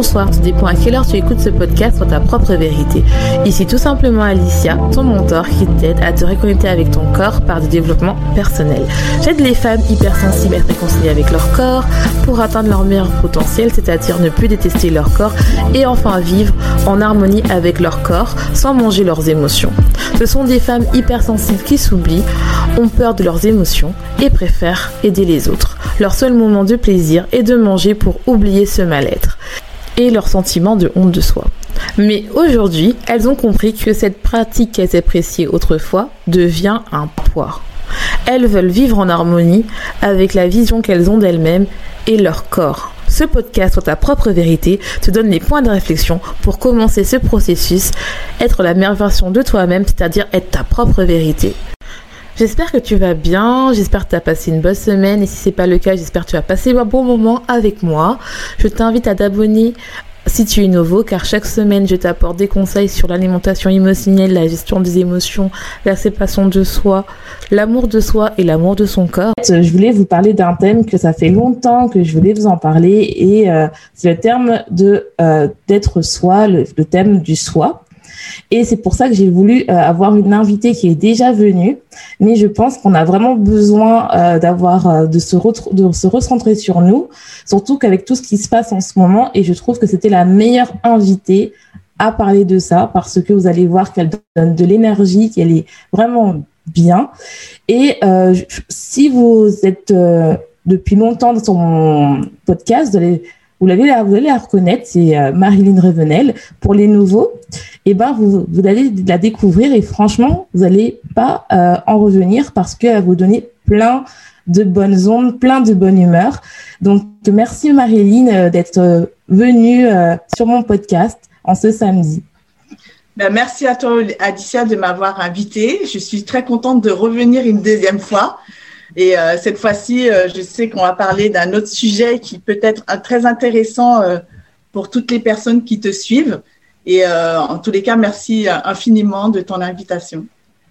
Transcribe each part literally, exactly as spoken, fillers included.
bonsoir, tout dépend à quelle heure tu écoutes ce podcast sur ta propre vérité. Ici tout simplement Alicia, ton mentor qui t'aide à te reconnecter avec ton corps par du développement personnel. J'aide les femmes hypersensibles à se réconcilier avec leur corps pour atteindre leur meilleur potentiel, c'est-à-dire ne plus détester leur corps et enfin vivre en harmonie avec leur corps sans manger leurs émotions. Ce sont des femmes hypersensibles qui s'oublient, ont peur de leurs émotions et préfèrent aider les autres. Leur seul moment de plaisir est de manger pour oublier ce mal-être et leur sentiment de honte de soi. Mais aujourd'hui, elles ont compris que cette pratique qu'elles appréciaient autrefois devient un poids. Elles veulent vivre en harmonie avec la vision qu'elles ont d'elles-mêmes et leur corps. Ce podcast sur ta propre vérité te donne les points de réflexion pour commencer ce processus, être la meilleure version de toi-même, c'est-à-dire être ta propre vérité. J'espère que tu vas bien, j'espère que tu as passé une bonne semaine et si ce n'est pas le cas, j'espère que tu vas passer un bon moment avec moi. Je t'invite à t'abonner si tu es nouveau car chaque semaine je t'apporte des conseils sur l'alimentation émotionnelle, la gestion des émotions, l'acceptation de soi, l'amour de soi et l'amour de son corps. Je voulais vous parler d'un thème que ça fait longtemps que je voulais vous en parler et euh, c'est le terme de euh, d'être soi, le, le thème du soi. Et c'est pour ça que j'ai voulu euh, avoir une invitée qui est déjà venue, mais je pense qu'on a vraiment besoin euh, d'avoir euh, de se retr- de se recentrer sur nous, surtout qu'avec tout ce qui se passe en ce moment. Et je trouve que c'était la meilleure invitée à parler de ça parce que vous allez voir qu'elle donne de l'énergie, qu'elle est vraiment bien. Et euh, je, si vous êtes euh, depuis longtemps sur mon podcast, vous allez Vous, l'avez, vous allez la reconnaître, c'est euh, Marilyn Revenel. Pour les nouveaux, eh ben, vous, vous allez la découvrir et franchement, vous n'allez pas euh, en revenir parce qu'elle va vous donner plein de bonnes ondes, plein de bonne humeur. Donc, merci Marilyn euh, d'être euh, venue euh, sur mon podcast en ce samedi. Ben, merci à toi, Alicia, de m'avoir invitée. Je suis très contente de revenir une deuxième fois. Et euh, cette fois-ci, euh, je sais qu'on va parler d'un autre sujet qui peut être euh, très intéressant euh, pour toutes les personnes qui te suivent. Et euh, en tous les cas, merci infiniment de ton invitation.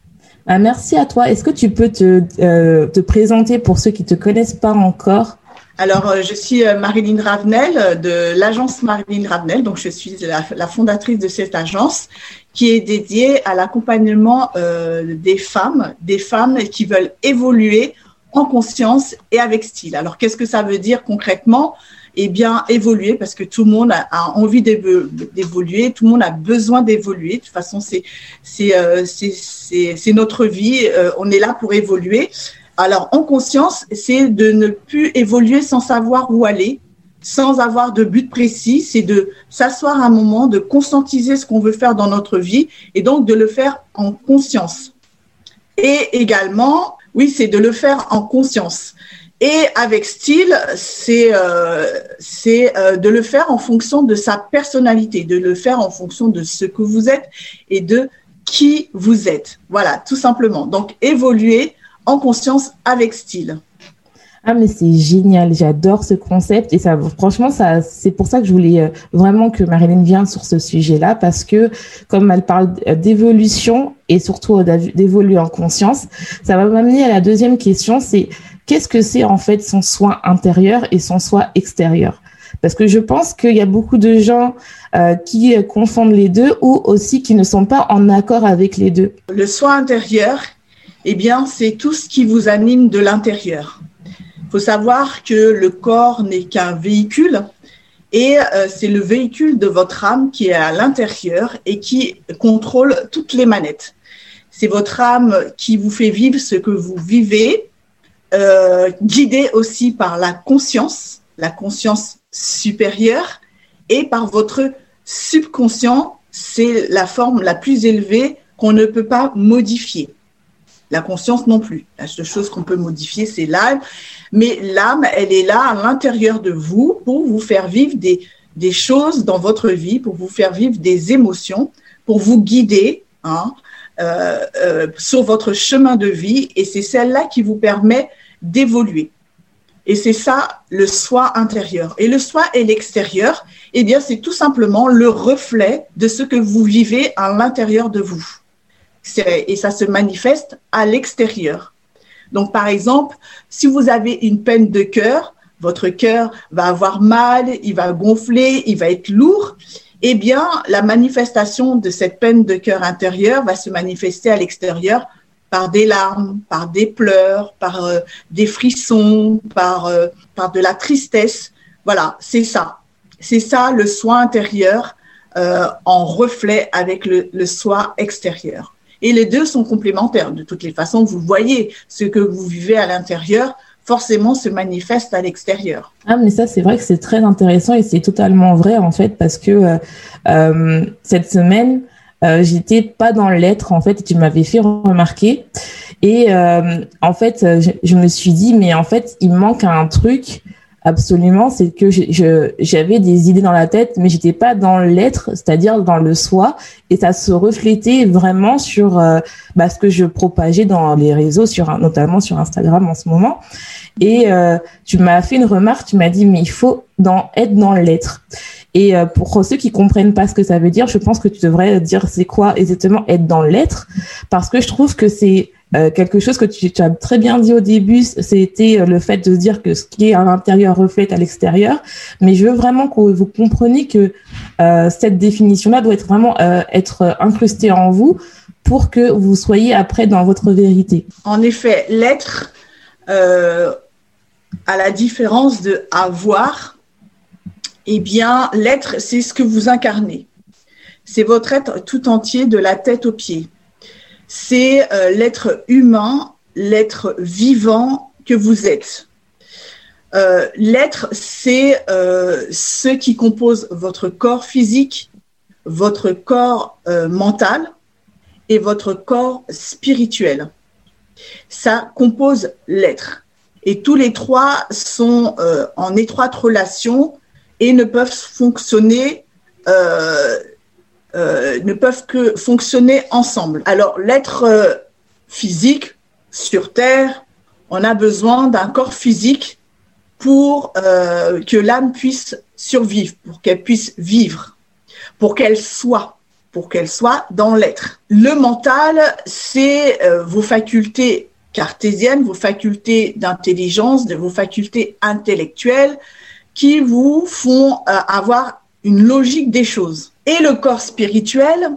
Ah, merci à toi. Est-ce que tu peux te, euh, te présenter pour ceux qui ne te connaissent pas encore ? Alors, euh, je suis euh, Marilyn Ravenel de l'agence Marilyn Ravenel. Donc, je suis la, la fondatrice de cette agence qui est dédiée à l'accompagnement euh, des femmes, des femmes qui veulent évoluer en conscience et avec style. Alors, qu'est-ce que ça veut dire concrètement ? Eh bien, évoluer, parce que tout le monde a, a envie d'évo- d'évoluer, tout le monde a besoin d'évoluer. De toute façon, c'est, c'est, euh, c'est, c'est, c'est notre vie, euh, on est là pour évoluer. Alors, en conscience, c'est de ne plus évoluer sans savoir où aller, sans avoir de but précis. C'est de s'asseoir un moment, de conscientiser ce qu'on veut faire dans notre vie et donc de le faire en conscience. Et également, oui, c'est de le faire en conscience. Et avec style, c'est, euh, c'est euh, de le faire en fonction de sa personnalité, de le faire en fonction de ce que vous êtes et de qui vous êtes. Voilà, tout simplement. Donc, évoluer en conscience avec style. Ah mais c'est génial, j'adore ce concept et ça, franchement, ça, c'est pour ça que je voulais euh, vraiment que Marilyn vienne sur ce sujet-là parce que comme elle parle d'évolution et surtout d'évoluer en conscience, ça va m'amener à la deuxième question, c'est qu'est-ce que c'est en fait son soi intérieur et son soi extérieur ? Parce que je pense qu'il y a beaucoup de gens euh, qui euh, confondent les deux ou aussi qui ne sont pas en accord avec les deux. Le soi intérieur, eh bien, c'est tout ce qui vous anime de l'intérieur. Il faut savoir que le corps n'est qu'un véhicule et euh, c'est le véhicule de votre âme qui est à l'intérieur et qui contrôle toutes les manettes. C'est votre âme qui vous fait vivre ce que vous vivez, euh, guidée aussi par la conscience, la conscience supérieure et par votre subconscient, c'est la forme la plus élevée qu'on ne peut pas modifier. La conscience non plus. La seule chose qu'on peut modifier, c'est l'âme. Mais l'âme, elle est là à l'intérieur de vous pour vous faire vivre des, des choses dans votre vie, pour vous faire vivre des émotions, pour vous guider hein, euh, euh, sur votre chemin de vie. Et c'est celle-là qui vous permet d'évoluer. Et c'est ça, le soi intérieur. Et le soi et l'extérieur, eh bien, c'est tout simplement le reflet de ce que vous vivez à l'intérieur de vous. C'est, et ça se manifeste à l'extérieur. Donc, par exemple, si vous avez une peine de cœur, votre cœur va avoir mal, il va gonfler, il va être lourd, eh bien, la manifestation de cette peine de cœur intérieure va se manifester à l'extérieur par des larmes, par des pleurs, par euh, des frissons, par, euh, par de la tristesse. Voilà, c'est ça. C'est ça le soi intérieur euh, en reflet avec le, le soi extérieur. Et les deux sont complémentaires. De toutes les façons, vous voyez ce que vous vivez à l'intérieur, forcément se manifeste à l'extérieur. Ah, mais ça, c'est vrai que c'est très intéressant et c'est totalement vrai, en fait, parce que euh, euh, cette semaine, euh, j'étais pas dans l'être, en fait, tu m'avais fait remarquer. Et euh, en fait, je, je me suis dit, mais en fait, il me manque un truc absolument, c'est que je, je, j'avais des idées dans la tête, mais j'étais pas dans l'être, c'est-à-dire dans le soi, et ça se reflétait vraiment sur euh, bah, ce que je propageais dans les réseaux, sur notamment sur Instagram en ce moment. Et euh, tu m'as fait une remarque, tu m'as dit, mais il faut dans, être dans l'être. Et euh, pour ceux qui comprennent pas ce que ça veut dire, je pense que tu devrais dire c'est quoi exactement être dans l'être, parce que je trouve que c'est Euh, quelque chose que tu, tu as très bien dit au début, c'était le fait de se dire que ce qui est à l'intérieur reflète à l'extérieur. Mais je veux vraiment que vous compreniez que euh, cette définition-là doit être vraiment euh, être incrustée en vous pour que vous soyez après dans votre vérité. En effet, l'être, euh, à la différence de avoir, eh bien, l'être, c'est ce que vous incarnez. C'est votre être tout entier de la tête aux pieds. C'est euh, l'être humain, l'être vivant que vous êtes. Euh, l'être, c'est euh, ce qui compose votre corps physique, votre corps euh, mental et votre corps spirituel. Ça compose l'être. Et tous les trois sont euh, en étroite relation et ne peuvent fonctionner euh, Euh, ne peuvent que fonctionner ensemble. Alors, l'être euh, physique sur Terre, on a besoin d'un corps physique pour euh, que l'âme puisse survivre, pour qu'elle puisse vivre, pour qu'elle soit, pour qu'elle soit dans l'être. Le mental, c'est euh, vos facultés cartésiennes, vos facultés d'intelligence, de vos facultés intellectuelles qui vous font euh, avoir une logique des choses. Et le corps spirituel,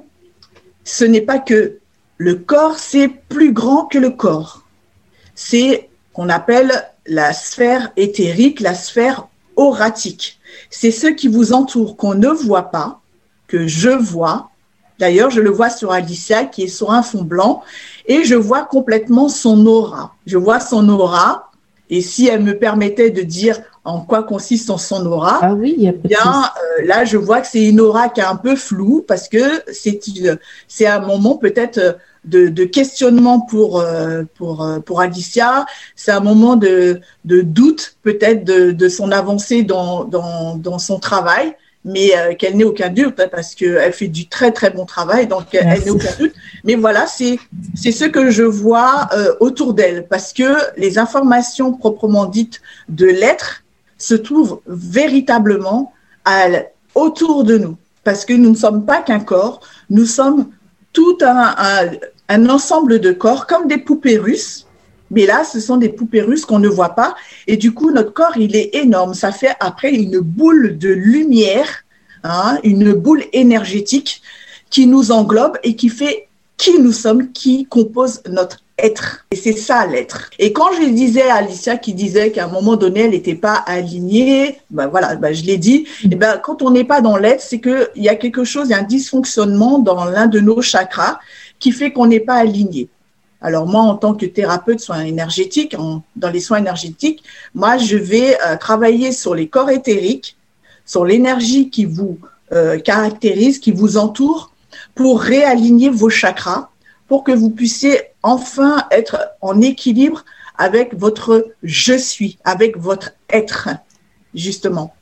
ce n'est pas que le corps, c'est plus grand que le corps. C'est qu'on appelle la sphère éthérique, la sphère auratique. C'est ce qui vous entoure, qu'on ne voit pas, que je vois. D'ailleurs, je le vois sur Alicia qui est sur un fond blanc et je vois complètement son aura. Je vois son aura et si elle me permettait de dire en quoi consiste son aura, ah oui, il y a bien euh, là je vois que c'est une aura qui est un peu floue parce que c'est une, c'est un moment peut-être de, de questionnement pour euh, pour pour Alicia, c'est un moment de de doute peut-être de, de son avancée dans dans dans son travail, mais euh, qu'elle n'ait aucun doute parce que elle fait du très très bon travail, donc Merci. Elle n'ait aucun doute. Mais voilà, c'est c'est ce que je vois euh, autour d'elle parce que les informations proprement dites de l'être se trouve véritablement à, autour de nous, parce que nous ne sommes pas qu'un corps, nous sommes tout un, un, un ensemble de corps, comme des poupées russes, mais là, ce sont des poupées russes qu'on ne voit pas, et du coup, notre corps, il est énorme, ça fait après une boule de lumière, hein, une boule énergétique qui nous englobe et qui fait qui nous sommes, qui compose notre être. Et c'est ça, l'être. Et quand je disais à Alicia qui disait qu'à un moment donné, elle n'était pas alignée, ben voilà, ben je l'ai dit, et ben quand on n'est pas dans l'être, c'est qu'il y a quelque chose, il y a un dysfonctionnement dans l'un de nos chakras qui fait qu'on n'est pas aligné. Alors moi, en tant que thérapeute soins énergétiques, en, dans les soins énergétiques, moi, je vais euh, travailler sur les corps éthériques, sur l'énergie qui vous euh, caractérise, qui vous entoure, pour réaligner vos chakras, pour que vous puissiez enfin être en équilibre avec votre « je suis », avec votre « être », justement.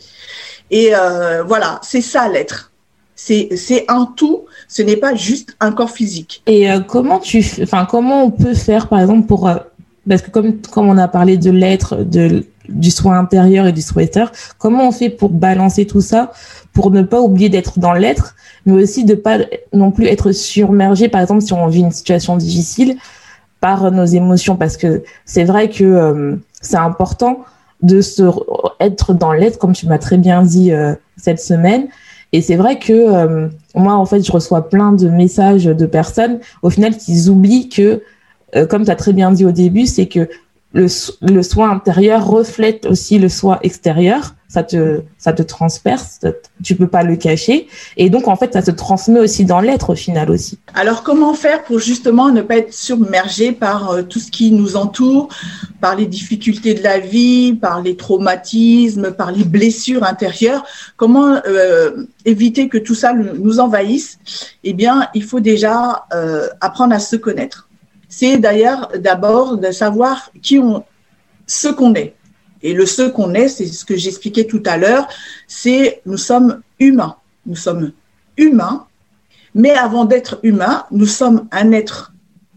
Et euh, voilà, c'est ça l'être. C'est, c'est un tout, ce n'est pas juste un corps physique. Et euh, comment tu, enfin, comment on peut faire, par exemple, pour, euh, parce que comme, comme on a parlé de l'être, de, du soin intérieur et du soin extérieur, comment on fait pour balancer tout ça, pour ne pas oublier d'être dans l'être, mais aussi de pas non plus être submergé, par exemple, si on vit une situation difficile, par nos émotions, parce que c'est vrai que euh, c'est important de se être dans l'être, comme tu m'as très bien dit euh, cette semaine. Et c'est vrai que euh, moi, en fait, je reçois plein de messages de personnes, au final, qui oublient que, euh, comme tu as très bien dit au début, c'est que le, le soi intérieur reflète aussi le soi extérieur. Ça te, ça te transperce, tu peux pas le cacher. Et donc, en fait, ça se transmet aussi dans l'être, au final aussi. Alors, comment faire pour justement ne pas être submergé par euh, tout ce qui nous entoure, par les difficultés de la vie, par les traumatismes, par les blessures intérieures? Comment euh, éviter que tout ça nous envahisse? Eh bien, il faut déjà euh, apprendre à se connaître. C'est d'ailleurs d'abord de savoir qui on, ce qu'on est. Et le ce qu'on est, c'est ce que j'expliquais tout à l'heure, c'est nous sommes humains. Nous sommes humains, mais avant d'être humains, nous sommes un être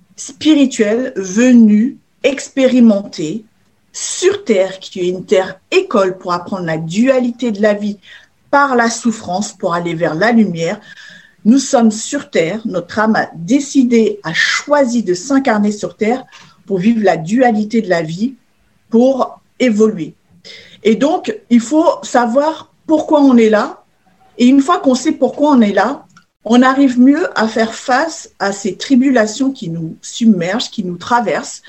spirituel venu expérimenter sur Terre, qui est une terre école pour apprendre la dualité de la vie par la souffrance, pour aller vers la lumière. Nous sommes sur Terre, notre âme a décidé, a choisi de s'incarner sur Terre pour vivre la dualité de la vie, pour évoluer. Et donc, il faut savoir pourquoi on est là. Et une fois qu'on sait pourquoi on est là, on arrive mieux à faire face à ces tribulations qui nous submergent, qui nous traversent.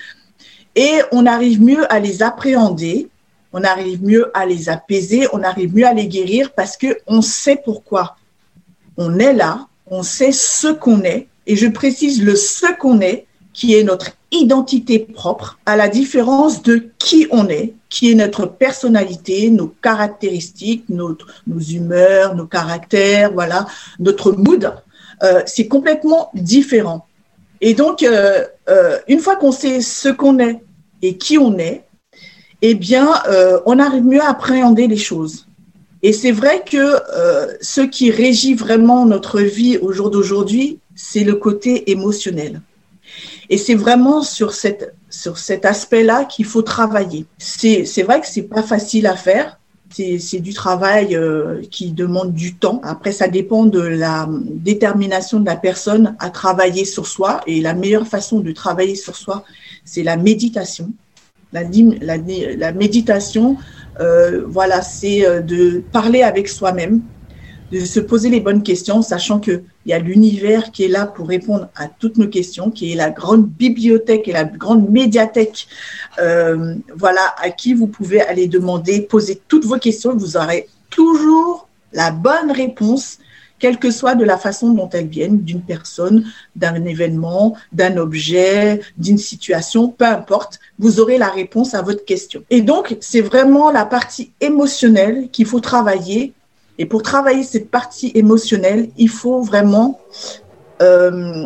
Et on arrive mieux à les appréhender, on arrive mieux à les apaiser, on arrive mieux à les guérir parce qu'on sait pourquoi on est là, on sait ce qu'on est. Et je précise le ce qu'on est, qui est notre identité propre, à la différence de qui on est, qui est notre personnalité, nos caractéristiques, notre, nos humeurs, nos caractères, voilà, notre mood. Euh, c'est complètement différent. Et donc, euh, euh, une fois qu'on sait ce qu'on est et qui on est, eh bien, euh, on arrive mieux à appréhender les choses. Et c'est vrai que euh, ce qui régit vraiment notre vie au jour d'aujourd'hui, c'est le côté émotionnel. Et c'est vraiment sur, cette, sur cet aspect-là qu'il faut travailler. C'est, c'est vrai que c'est pas facile à faire. C'est, c'est du travail euh, qui demande du temps. Après, ça dépend de la détermination de la personne à travailler sur soi. Et la meilleure façon de travailler sur soi, c'est la méditation. La, la, la méditation, euh, voilà, c'est de parler avec soi-même, de se poser les bonnes questions, sachant qu'il y a l'univers qui est là pour répondre à toutes nos questions, qui est la grande bibliothèque et la grande médiathèque, euh, voilà, à qui vous pouvez aller demander, poser toutes vos questions, vous aurez toujours la bonne réponse, quelle que soit de la façon dont elles viennent, d'une personne, d'un événement, d'un objet, d'une situation, peu importe, vous aurez la réponse à votre question. Et donc, c'est vraiment la partie émotionnelle qu'il faut travailler. Et pour travailler cette partie émotionnelle, il faut vraiment euh,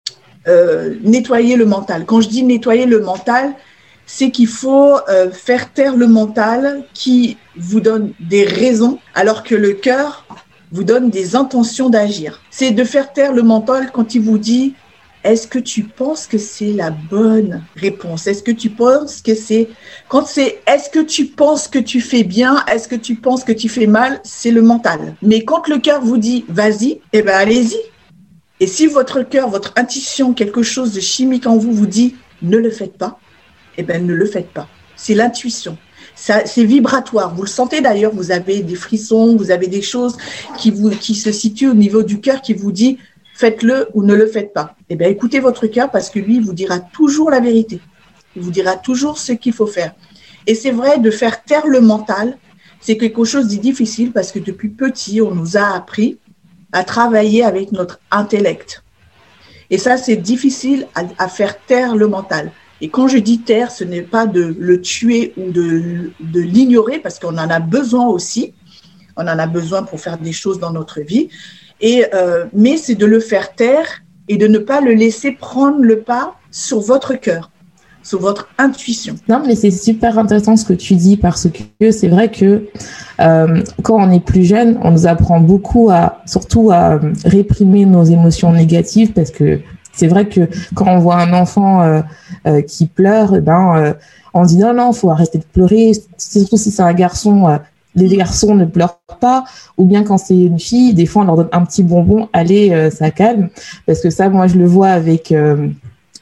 euh, nettoyer le mental. Quand je dis nettoyer le mental, c'est qu'il faut euh, faire taire le mental qui vous donne des raisons, alors que le cœur vous donne des intentions d'agir. C'est de faire taire le mental quand il vous dit « Est-ce que tu penses que c'est la bonne réponse? Est-ce que tu penses que c'est… » Quand c'est « Est-ce que tu penses que tu fais bien? Est-ce que tu penses que tu fais mal ?» C'est le mental. Mais quand le cœur vous dit « Vas-y », eh bien allez-y. Et si votre cœur, votre intuition, quelque chose de chimique en vous vous dit « Ne le faites pas », eh bien ne le faites pas. C'est l'intuition. Ça, c'est vibratoire. Vous le sentez d'ailleurs, vous avez des frissons, vous avez des choses qui, vous, qui se situent au niveau du cœur qui vous dit « Faites-le ou ne le faites pas ». Eh bien, écoutez votre cœur parce que lui, il vous dira toujours la vérité. Il vous dira toujours ce qu'il faut faire. Et c'est vrai, de faire taire le mental, c'est quelque chose de difficile parce que depuis petit, on nous a appris à travailler avec notre intellect. Et ça, c'est difficile à, à faire taire le mental. Et quand je dis taire, ce n'est pas de le tuer ou de, de l'ignorer parce qu'on en a besoin aussi. On en a besoin pour faire des choses dans notre vie. Et, euh, mais c'est de le faire taire et de ne pas le laisser prendre le pas sur votre cœur, sur votre intuition. Non, mais c'est super intéressant ce que tu dis parce que c'est vrai que euh, quand on est plus jeune, on nous apprend beaucoup à, surtout à réprimer nos émotions négatives parce que c'est vrai que quand on voit un enfant euh, euh, qui pleure, eh ben, euh, on dit non, non, faut arrêter de pleurer, surtout si c'est un garçon. Euh, Les garçons ne pleurent pas, ou bien quand c'est une fille, des fois on leur donne un petit bonbon, allez, euh, ça calme. Parce que ça, moi je le vois avec euh,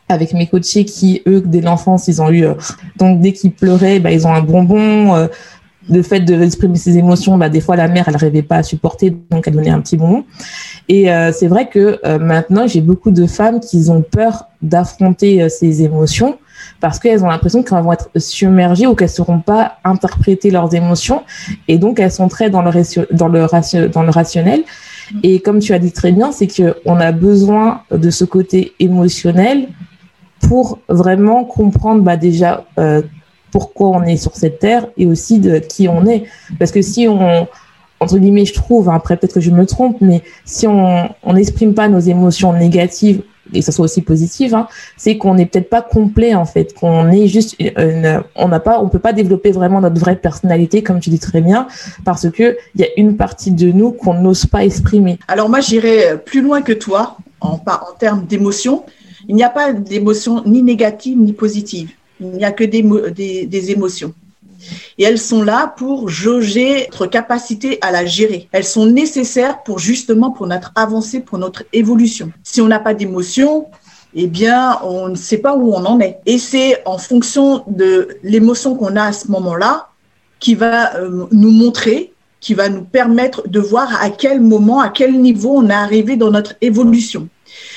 avec mes coachés qui, eux, dès l'enfance, ils ont eu... Euh, donc, dès qu'ils pleuraient, bah, ils ont un bonbon. Euh, le fait d'exprimer ses émotions, bah, des fois, la mère, elle n'arrivait pas à supporter, donc elle donnait un petit bonbon. Et euh, c'est vrai que euh, maintenant, j'ai beaucoup de femmes qui ont peur d'affronter euh, ces émotions parce qu'elles ont l'impression qu'elles vont être submergées ou qu'elles ne sauront pas interpréter leurs émotions. Et donc, elles sont très dans le, ratio- dans le, ratio- dans le rationnel. Et comme tu as dit très bien, c'est qu'on a besoin de ce côté émotionnel pour vraiment comprendre bah, déjà euh, pourquoi on est sur cette terre et aussi de qui on est. Parce que si on, entre guillemets, je trouve, hein, après peut-être que je me trompe, mais si on n'exprime pas nos émotions négatives, et que ce soit aussi positive, hein, c'est qu'on n'est peut-être pas complet en fait, qu'on est juste, une, on n'a pas, on peut pas développer vraiment notre vraie personnalité, comme tu dis très bien, parce que il y a une partie de nous qu'on n'ose pas exprimer. Alors moi, j'irai plus loin que toi en, en termes d'émotions. Il n'y a pas d'émotions ni négatives ni positives. Il n'y a que des, des, des émotions. Et elles sont là pour jauger notre capacité à la gérer. Elles sont nécessaires pour justement pour notre avancée, pour notre évolution. Si on n'a pas d'émotion, eh bien, on ne sait pas où on en est. Et c'est en fonction de l'émotion qu'on a à ce moment-là qui va euh, nous montrer, qui va nous permettre de voir à quel moment, à quel niveau on est arrivé dans notre évolution.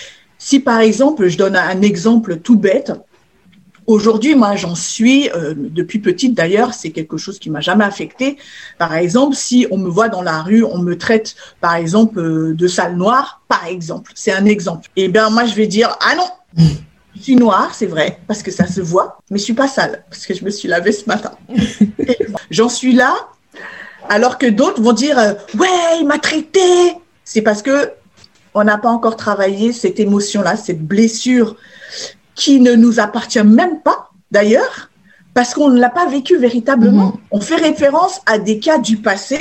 Si par exemple, je donne un exemple tout bête, aujourd'hui, moi, j'en suis, euh, depuis petite d'ailleurs, c'est quelque chose qui m'a jamais affectée. Par exemple, si on me voit dans la rue, on me traite, par exemple, euh, de sale noire, par exemple, c'est un exemple. Eh bien, moi, je vais dire, ah non, je suis noire, c'est vrai, parce que ça se voit, mais je suis pas sale, parce que je me suis lavée ce matin. Et j'en suis là, alors que d'autres vont dire, euh, ouais, il m'a traité. C'est parce que on n'a pas encore travaillé cette émotion-là, cette blessure qui ne nous appartient même pas, d'ailleurs, parce qu'on ne l'a pas vécu véritablement. Mmh. On fait référence à des cas du passé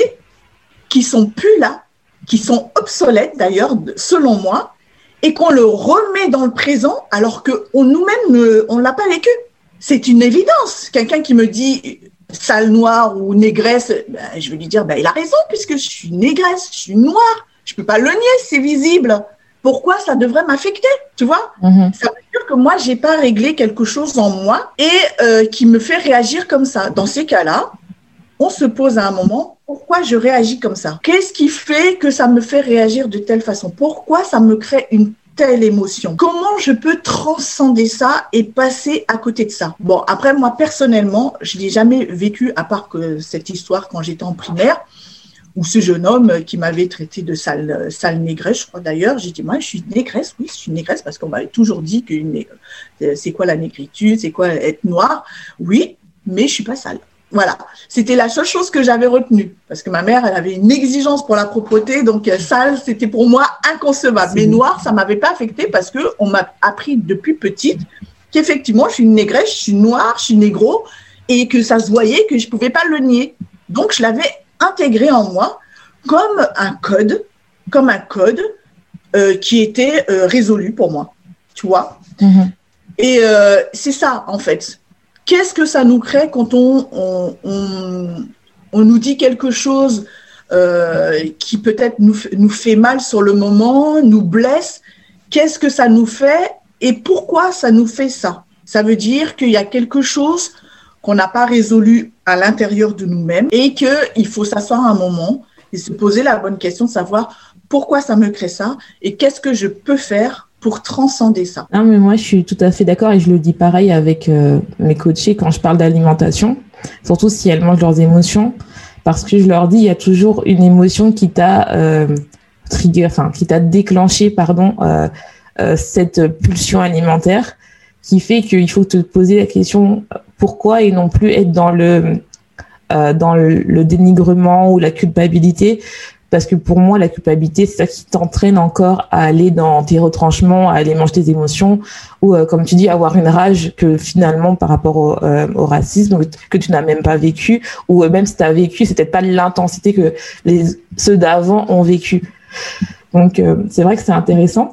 qui sont plus là, qui sont obsolètes, d'ailleurs, selon moi, et qu'on le remet dans le présent alors que on, nous-mêmes, on ne l'a pas vécu. C'est une évidence. Quelqu'un qui me dit sale noire ou négresse, ben, je vais lui dire, ben, il a raison, puisque je suis négresse, je suis noire. Je peux pas le nier, c'est visible. Pourquoi ça devrait m'affecter, tu vois? Mm-hmm. Ça veut dire que moi, j'ai pas réglé quelque chose en moi et euh, qui me fait réagir comme ça. Dans ces cas-là, on se pose à un moment, pourquoi je réagis comme ça? Qu'est-ce qui fait que ça me fait réagir de telle façon? Pourquoi ça me crée une telle émotion? Comment je peux transcender ça et passer à côté de ça? Bon, après, moi, personnellement, je l'ai jamais vécu, à part que cette histoire quand j'étais en primaire, ou ce jeune homme qui m'avait traité de sale, sale négresse, je crois d'ailleurs. J'ai dit, moi, je suis négresse, oui, je suis négresse, parce qu'on m'avait toujours dit que une, c'est quoi la négritude, c'est quoi être noire. Oui, mais je suis pas sale. Voilà, c'était la seule chose que j'avais retenue, parce que ma mère, elle avait une exigence pour la propreté, donc euh, sale, c'était pour moi inconcevable. Mais noir, ça m'avait pas affecté parce que on m'a appris depuis petite qu'effectivement, je suis une négresse, je suis noire, je suis négro, et que ça se voyait, que je pouvais pas le nier. Donc, je l'avais intégré en moi comme un code, comme un code euh, qui était euh, résolu pour moi, tu vois. Mm-hmm. Et euh, c'est ça, en fait. Qu'est-ce que ça nous crée quand on, on, on, on nous dit quelque chose euh, qui peut-être nous, nous fait mal sur le moment, nous blesse? Qu'est-ce que ça nous fait et pourquoi ça nous fait ça? Ça veut dire qu'il y a quelque chose qu'on n'a pas résolu à l'intérieur de nous-mêmes et qu'il faut s'asseoir un moment et se poser la bonne question de savoir pourquoi ça me crée ça et qu'est-ce que je peux faire pour transcender ça. Non, mais moi, je suis tout à fait d'accord et je le dis pareil avec euh, mes coachés quand je parle d'alimentation, surtout si elles mangent leurs émotions, parce que je leur dis, il y a toujours une émotion qui t'a euh, trigger, enfin, qui t'a déclenché, pardon, euh, euh, cette pulsion alimentaire qui fait qu'il faut te poser la question pourquoi et non plus être dans le euh, dans le, le dénigrement ou la culpabilité, parce que pour moi la culpabilité c'est ça qui t'entraîne encore à aller dans tes retranchements, à aller manger tes émotions ou euh, comme tu dis avoir une rage que finalement par rapport au, euh, au racisme que tu n'as même pas vécu ou euh, même si tu as vécu c'est peut-être pas l'intensité que les ceux d'avant ont vécu. Donc euh, c'est vrai que c'est intéressant.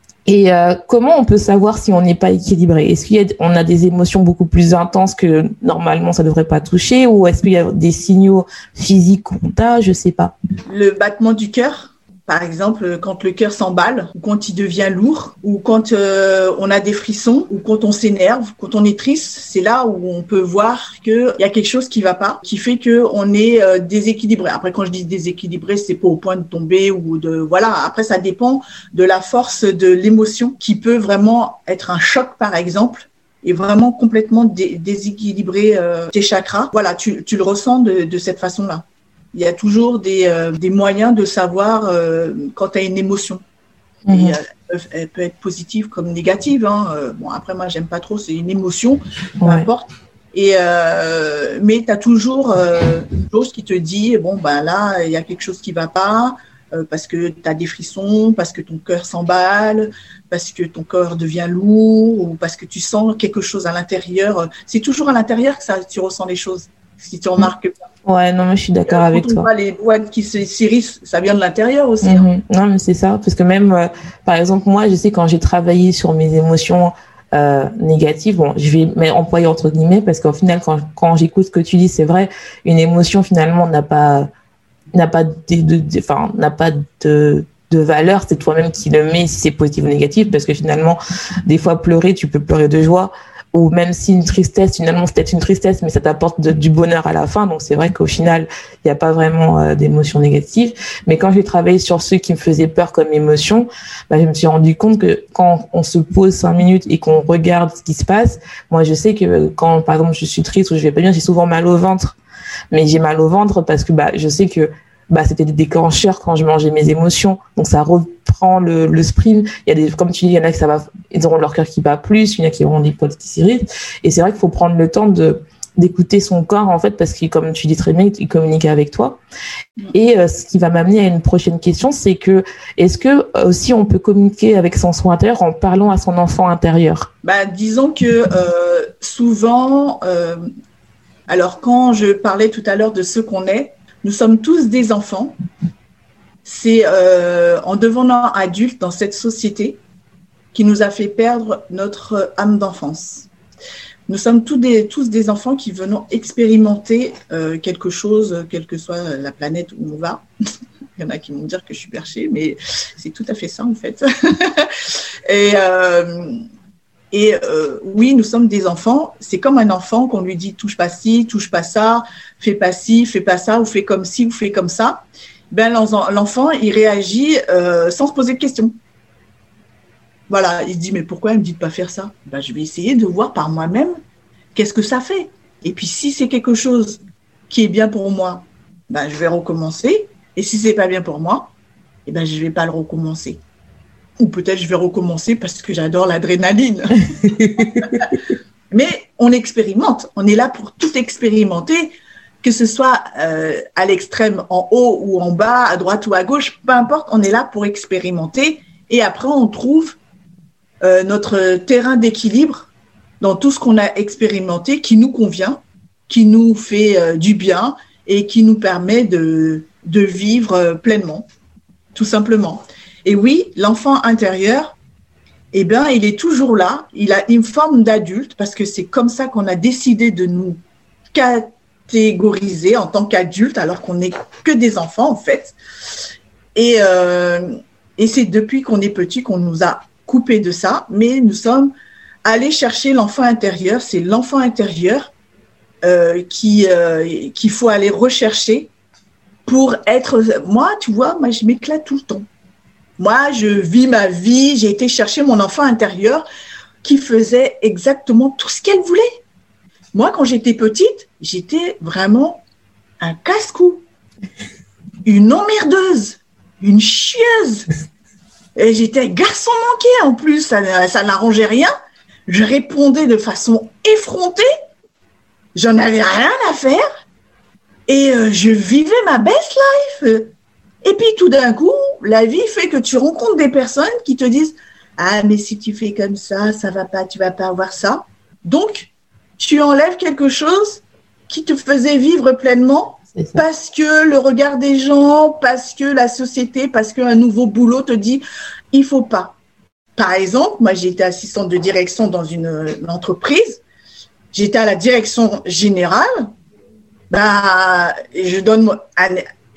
Et euh, comment on peut savoir si on n'est pas équilibré? Est-ce qu'il y a, on a des émotions beaucoup plus intenses que normalement ça devrait pas toucher, ou est-ce qu'il y a des signaux physiques qu'on a? Je sais pas. Le battement du cœur, Par exemple, quand le cœur s'emballe, ou quand il devient lourd, ou quand euh, on a des frissons, ou quand on s'énerve, quand on est triste, c'est là où on peut voir qu'il y a quelque chose qui va pas, qui fait qu'on est euh, déséquilibré. Après, quand je dis déséquilibré, c'est pas au point de tomber ou de... Voilà, après, ça dépend de la force de l'émotion qui peut vraiment être un choc, par exemple, et vraiment complètement dé- déséquilibrer euh, tes chakras. Voilà, tu, tu le ressens de, de cette façon-là. Il y a toujours des, euh, des moyens de savoir euh, quand tu as une émotion. Mmh. Et, euh, elle peut être positive comme négative. Hein. Euh, bon, après, moi, j'aime pas trop, c'est une émotion, peu ouais. importe. Et, euh, mais tu as toujours euh, une chose qui te dit, bon, ben là, il y a quelque chose qui va pas, euh, parce que tu as des frissons, parce que ton cœur s'emballe, parce que ton corps devient lourd, ou parce que tu sens quelque chose à l'intérieur. C'est toujours à l'intérieur que ça, tu ressens les choses, si tu remarques bien. Ouais, non, mais je suis d'accord euh, avec toi. Quand on voit les boîtes qui s'irrissent, ça vient de l'intérieur aussi. Mm-hmm. Hein. Non, mais c'est ça. Parce que même, euh, par exemple, moi, je sais quand j'ai travaillé sur mes émotions euh, négatives, bon, je vais employer entre guillemets, parce qu'au final, quand, quand j'écoute ce que tu dis, c'est vrai, une émotion, finalement, n'a pas, n'a pas de, de, de, enfin, n'a pas de, de valeur. C'est toi-même qui le mets, si c'est positif ou négatif, parce que finalement, des fois, pleurer, tu peux pleurer de joie. Ou même si une tristesse, finalement, c'est peut-être une tristesse, mais ça t'apporte de, du bonheur à la fin. Donc, c'est vrai qu'au final, il n'y a pas vraiment euh, d'émotions négatives. Mais quand j'ai travaillé sur ceux qui me faisaient peur comme émotion, bah, je me suis rendu compte que quand on se pose cinq minutes et qu'on regarde ce qui se passe, moi, je sais que quand, par exemple, je suis triste ou je vais pas bien, j'ai souvent mal au ventre. Mais j'ai mal au ventre parce que bah, je sais que bah, c'était des déclencheurs quand je mangeais mes émotions. Donc, ça reprend le, le sprint. Il y a des, comme tu dis, il y en a qui ça va, ils auront leur cœur qui bat plus, il y en a qui auront des potes qui s'irritent. Et c'est vrai qu'il faut prendre le temps de, d'écouter son corps, en fait, parce qu'il, comme tu dis très bien, il communique avec toi. Et euh, ce qui va m'amener à une prochaine question, c'est que, est-ce que aussi on peut communiquer avec son soi intérieur en parlant à son enfant intérieur? Bah, disons que, euh, souvent, euh, alors quand je parlais tout à l'heure de ce qu'on est, nous sommes tous des enfants. C'est euh, en devenant adultes dans cette société qui nous a fait perdre notre âme d'enfance. Nous sommes tous des, tous des enfants qui venons expérimenter euh, quelque chose, quelle que soit la planète où on va. Il y en a qui vont me dire que je suis perchée, mais c'est tout à fait ça en fait. Et, euh, et euh, oui, nous sommes des enfants. C'est comme un enfant qu'on lui dit touche pas ci, touche pas ça, fais pas ci, fais pas ça, ou fais comme ci, ou fais comme ça. Ben l'enfant, il réagit euh, sans se poser de questions. Voilà, il se dit mais pourquoi elle me dit de pas faire ça? Ben je vais essayer de voir par moi-même qu'est-ce que ça fait. Et puis si c'est quelque chose qui est bien pour moi, ben je vais recommencer. Et si c'est pas bien pour moi, eh ben je vais pas le recommencer. Ou peut-être je vais recommencer parce que j'adore l'adrénaline. Mais on expérimente. On est là pour tout expérimenter, que ce soit euh, à l'extrême, en haut ou en bas, à droite ou à gauche, peu importe. On est là pour expérimenter. Et après, on trouve euh, notre terrain d'équilibre dans tout ce qu'on a expérimenté qui nous convient, qui nous fait euh, du bien et qui nous permet de, de vivre euh, pleinement, tout simplement. Et oui, l'enfant intérieur, eh bien, il est toujours là. Il a une forme d'adulte parce que c'est comme ça qu'on a décidé de nous catégoriser en tant qu'adulte alors qu'on n'est que des enfants, en fait. Et, euh, et c'est depuis qu'on est petit qu'on nous a coupé de ça. Mais nous sommes allés chercher l'enfant intérieur. C'est l'enfant intérieur euh, qui, euh, qu'il faut aller rechercher pour être... Moi, tu vois, moi, je m'éclate tout le temps. Moi, je vis ma vie, j'ai été chercher mon enfant intérieur qui faisait exactement tout ce qu'elle voulait. Moi, quand j'étais petite, j'étais vraiment un casse-cou, une emmerdeuse, une chieuse. Et j'étais garçon manqué en plus, ça, ça n'arrangeait rien. Je répondais de façon effrontée, j'en avais rien à faire et euh, je vivais ma best life. Et puis, tout d'un coup, la vie fait que tu rencontres des personnes qui te disent « Ah, mais si tu fais comme ça, ça va pas, tu vas pas avoir ça. » Donc, tu enlèves quelque chose qui te faisait vivre pleinement parce que le regard des gens, parce que la société, parce qu'un nouveau boulot te dit « Il faut pas. » Par exemple, moi, j'étais assistante de direction dans une, une entreprise. J'étais à la direction générale. Bah, je donne un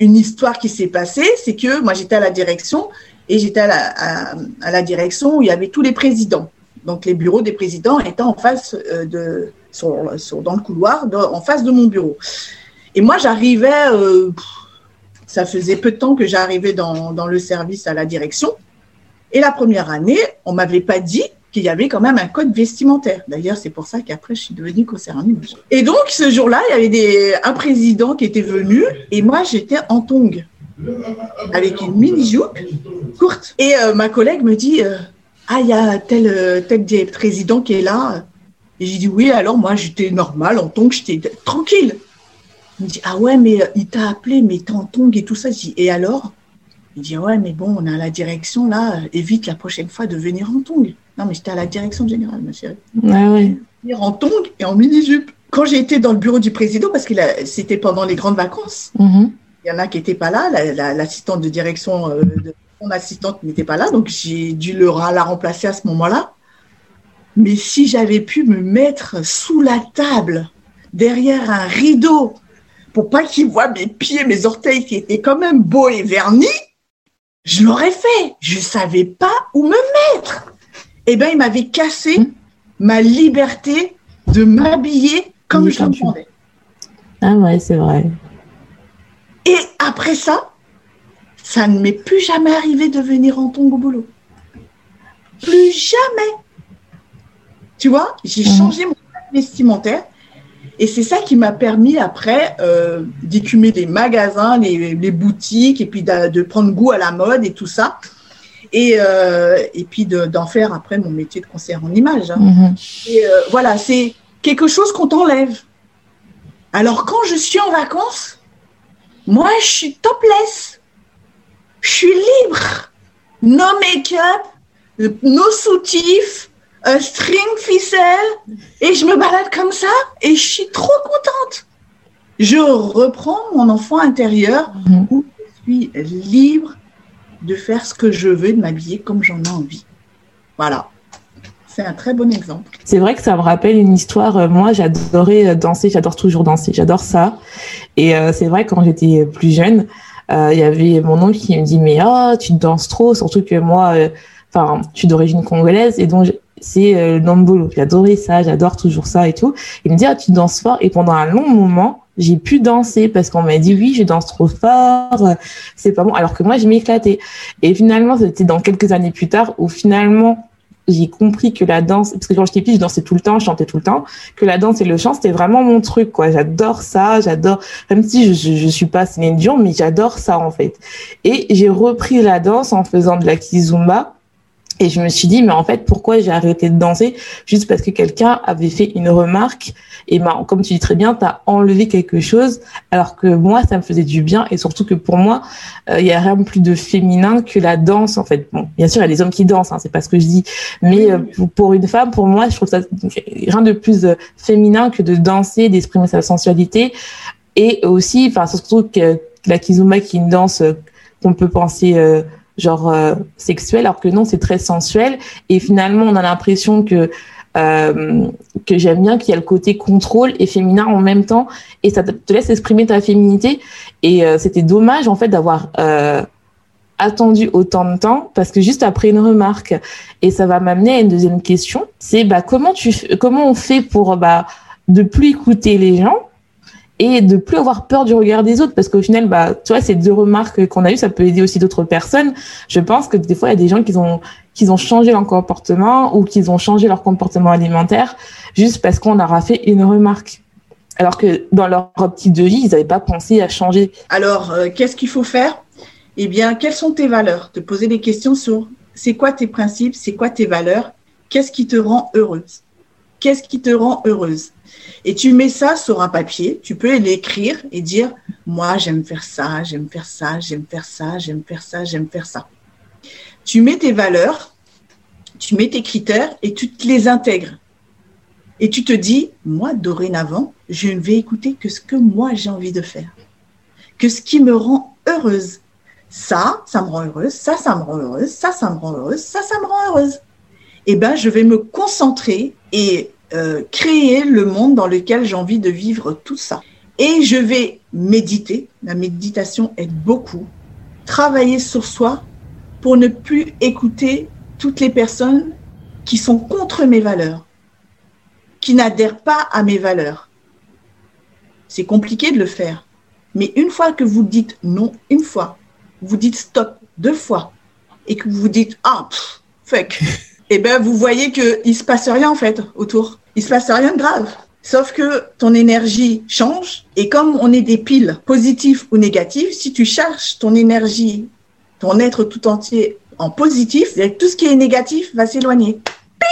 une histoire qui s'est passée, c'est que moi, j'étais à la direction et j'étais à la, à, à la direction où il y avait tous les présidents. Donc, les bureaux des présidents étaient en face de, sur, sur, dans le couloir, de, en face de mon bureau. Et moi, j'arrivais, euh, ça faisait peu de temps que j'arrivais dans, dans le service à la direction. Et la première année, on m'avait pas dit qu'il y avait quand même un code vestimentaire. D'ailleurs, c'est pour ça qu'après, je suis devenue conseillère en image. Et donc, ce jour-là, il y avait des, un président qui était venu et moi, j'étais en tongs avec une mini-jupe courte. Et euh, ma collègue me dit... Euh, ah, il y a tel, tel président qui est là. Et j'ai dit, oui, alors moi, j'étais normale, en tongs, j'étais tranquille. Il me dit, ah ouais, mais il t'a appelé, mais t'es en tongs et tout ça. Je dis, et alors? Il dit, ouais, mais bon, on a la direction, là, évite la prochaine fois de venir en tongs. Non, mais j'étais à la direction générale, ma chérie. Ah ouais. Venir en tongs et en mini-jupe. Quand j'ai été dans le bureau du président, parce que là, c'était pendant les grandes vacances, mm-hmm. Il y en a qui n'étaient pas là, la, la, l'assistante de direction euh, de mon assistante n'était pas là, donc j'ai dû le, la remplacer à ce moment-là. Mais si j'avais pu me mettre sous la table, derrière un rideau, pour pas qu'ils voient mes pieds, mes orteils qui étaient quand même beaux et vernis, je l'aurais fait. Je savais pas où me mettre. Eh bien, il m'avait cassé mmh. ma liberté de m'habiller comme oui, je l'entendais. Ah ouais, c'est vrai. Et après ça, ça ne m'est plus jamais arrivé de venir en tongs au boulot. Plus jamais. Tu vois, j'ai mmh. changé mon vestimentaire et c'est ça qui m'a permis après euh, d'écumer les magasins, les, les boutiques et puis de, de prendre goût à la mode et tout ça. Et, euh, et puis de, d'en faire après mon métier de conseillère en image. Hein. Mmh. Et euh, voilà, c'est quelque chose qu'on t'enlève. Alors quand je suis en vacances, moi je suis topless. Je suis libre, no make-up, no soutif, euh, string ficelle, et je me balade comme ça, et je suis trop contente. Je reprends mon enfant intérieur mmh. où je suis libre de faire ce que je veux, de m'habiller comme j'en ai envie. Voilà. C'est un très bon exemple. C'est vrai que ça me rappelle une histoire. Moi, j'adorais danser, j'adore toujours danser, j'adore ça. Et euh, c'est vrai, quand j'étais plus jeune, il euh, y avait mon oncle qui me dit mais oh tu danses trop, surtout que moi enfin euh, je suis d'origine congolaise et donc c'est euh, l'ambolo, j'adorais ça, j'adore toujours ça et tout. Il me dit ah tu danses fort, et pendant un long moment j'ai pu danser parce qu'on m'a dit oui je danse trop fort, c'est pas bon, alors que moi je m'éclatais. Et finalement c'était dans quelques années plus tard où finalement j'ai compris que la danse, parce que quand j'étais petite, je dansais tout le temps, je chantais tout le temps, que la danse et le chant, c'était vraiment mon truc, quoi. J'adore ça, j'adore, même si je, je, je suis pas Céline Dion, mais j'adore ça, en fait. Et j'ai repris la danse en faisant de la kizomba. Et je me suis dit, mais en fait, pourquoi j'ai arrêté de danser? Juste parce que quelqu'un avait fait une remarque. Et ben, comme tu dis très bien, t'as enlevé quelque chose. Alors que moi, ça me faisait du bien. Et surtout que pour moi, il euh, y a rien de plus de féminin que la danse, en fait. Bon, bien sûr, il y a des hommes qui dansent, hein, c'est pas ce que je dis. Mais euh, pour une femme, pour moi, je trouve ça rien de plus euh, féminin que de danser, d'exprimer sa sensualité. Et aussi, enfin, surtout que la kizomba qui est une danse euh, qu'on peut penser, euh, genre euh, sexuel, alors que non, c'est très sensuel. Et finalement, on a l'impression que euh, que j'aime bien qu'il y a le côté contrôle et féminin en même temps, et ça te, te laisse exprimer ta féminité. Et euh, c'était dommage en fait d'avoir euh, attendu autant de temps, parce que juste après une remarque, et ça va m'amener à une deuxième question, c'est bah comment tu comment on fait pour bah de plus écouter les gens et de plus avoir peur du regard des autres, parce qu'au final, bah, tu vois, ces deux remarques qu'on a eues, ça peut aider aussi d'autres personnes. Je pense que des fois, il y a des gens qui ont, qui ont changé leur comportement ou qui ont changé leur comportement alimentaire juste parce qu'on leur a fait une remarque. Alors que dans leur optique de vie, ils n'avaient pas pensé à changer. Alors, euh, qu'est-ce qu'il faut faire? Eh bien, quelles sont tes valeurs? Te poser des questions sur c'est quoi tes principes, c'est quoi tes valeurs, qu'est-ce qui te rend heureuse? Qu'est-ce qui te rend heureuse? Et tu mets ça sur un papier, tu peux l'écrire et dire « Moi, j'aime faire ça, j'aime faire ça, j'aime faire ça, j'aime faire ça, j'aime faire ça. » Tu mets tes valeurs, tu mets tes critères et tu te les intègres. Et tu te dis « Moi, dorénavant, je ne vais écouter que ce que moi, j'ai envie de faire. Que ce qui me rend heureuse. Ça, ça me rend heureuse, ça, ça me rend heureuse, ça, ça me rend heureuse, ça, ça me rend heureuse. » Eh bien, je vais me concentrer et Euh, créer le monde dans lequel j'ai envie de vivre tout ça. Et je vais méditer. La méditation aide beaucoup. Travailler sur soi pour ne plus écouter toutes les personnes qui sont contre mes valeurs, qui n'adhèrent pas à mes valeurs. C'est compliqué de le faire. Mais une fois que vous dites non, une fois, vous dites stop deux fois, et que vous dites « Ah, pff, fuck », eh bien, vous voyez qu'il ne se passe rien en fait autour. Il ne se passe rien de grave. Sauf que ton énergie change, et comme on est des piles positives ou négatives, si tu charges ton énergie, ton être tout entier en positif, tout ce qui est négatif va s'éloigner. Ping !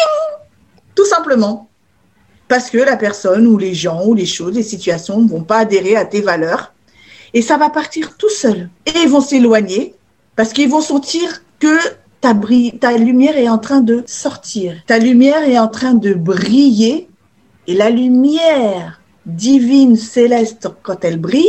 Tout simplement. Parce que la personne ou les gens ou les choses, les situations ne vont pas adhérer à tes valeurs. Et ça va partir tout seul. Et ils vont s'éloigner parce qu'ils vont sentir que ta, bri- ta lumière est en train de sortir. Ta lumière est en train de briller. Et la lumière divine, céleste, quand elle brille,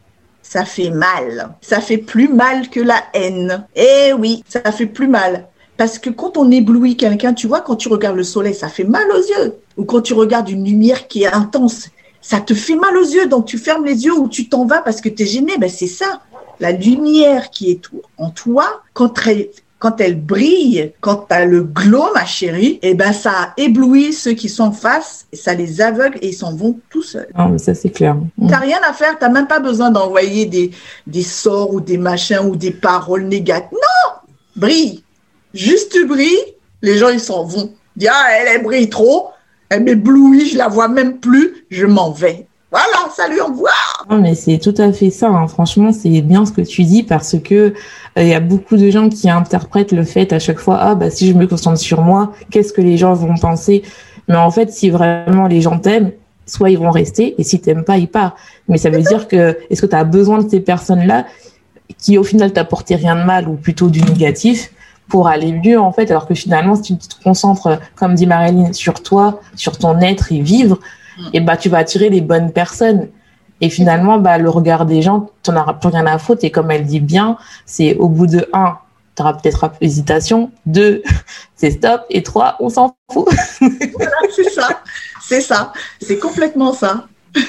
ça fait mal. Ça fait plus mal que la haine. Eh oui, ça fait plus mal. Parce que quand on éblouit quelqu'un, tu vois, quand tu regardes le soleil, ça fait mal aux yeux. Ou quand tu regardes une lumière qui est intense, ça te fait mal aux yeux. Donc, tu fermes les yeux ou tu t'en vas parce que tu es gêné. Ben, c'est ça. La lumière qui est en toi, quand elle, quand elle brille, quand tu as le glow, ma chérie, eh ben, ça éblouit ceux qui sont en face, et ça les aveugle et ils s'en vont tout seuls. Non, mais ça, c'est clair. Tu n'as rien à faire. Tu n'as même pas besoin d'envoyer des, des sorts ou des machins ou des paroles négatives. Non! Brille. Juste tu brilles, les gens, ils s'en vont. Dis, ah, elle, elle brille trop. Elle m'éblouit, je la vois même plus. Je m'en vais. Voilà, salut, au revoir. Non, mais c'est tout à fait ça. Hein. Franchement, c'est bien ce que tu dis parce que il euh, y a beaucoup de gens qui interprètent le fait à chaque fois, ah, bah, si je me concentre sur moi, qu'est-ce que les gens vont penser? Mais en fait, si vraiment les gens t'aiment, soit ils vont rester et si t'aimes pas, ils partent. Mais ça veut dire que, est-ce que tu as besoin de ces personnes-là qui, au final, t'apportent rien de mal ou plutôt du négatif pour aller mieux, en fait, alors que finalement, si tu te concentres, comme dit Marilyn, sur toi, sur ton être et vivre, mmh. et bah, tu vas attirer les bonnes personnes. Et finalement, bah, le regard des gens, tu n'en auras plus rien à foutre. Et comme elle dit bien, c'est au bout de un, tu auras peut-être hésitation. Deux, c'est stop. Et trois, on s'en fout. Voilà, c'est ça. C'est ça. C'est complètement ça.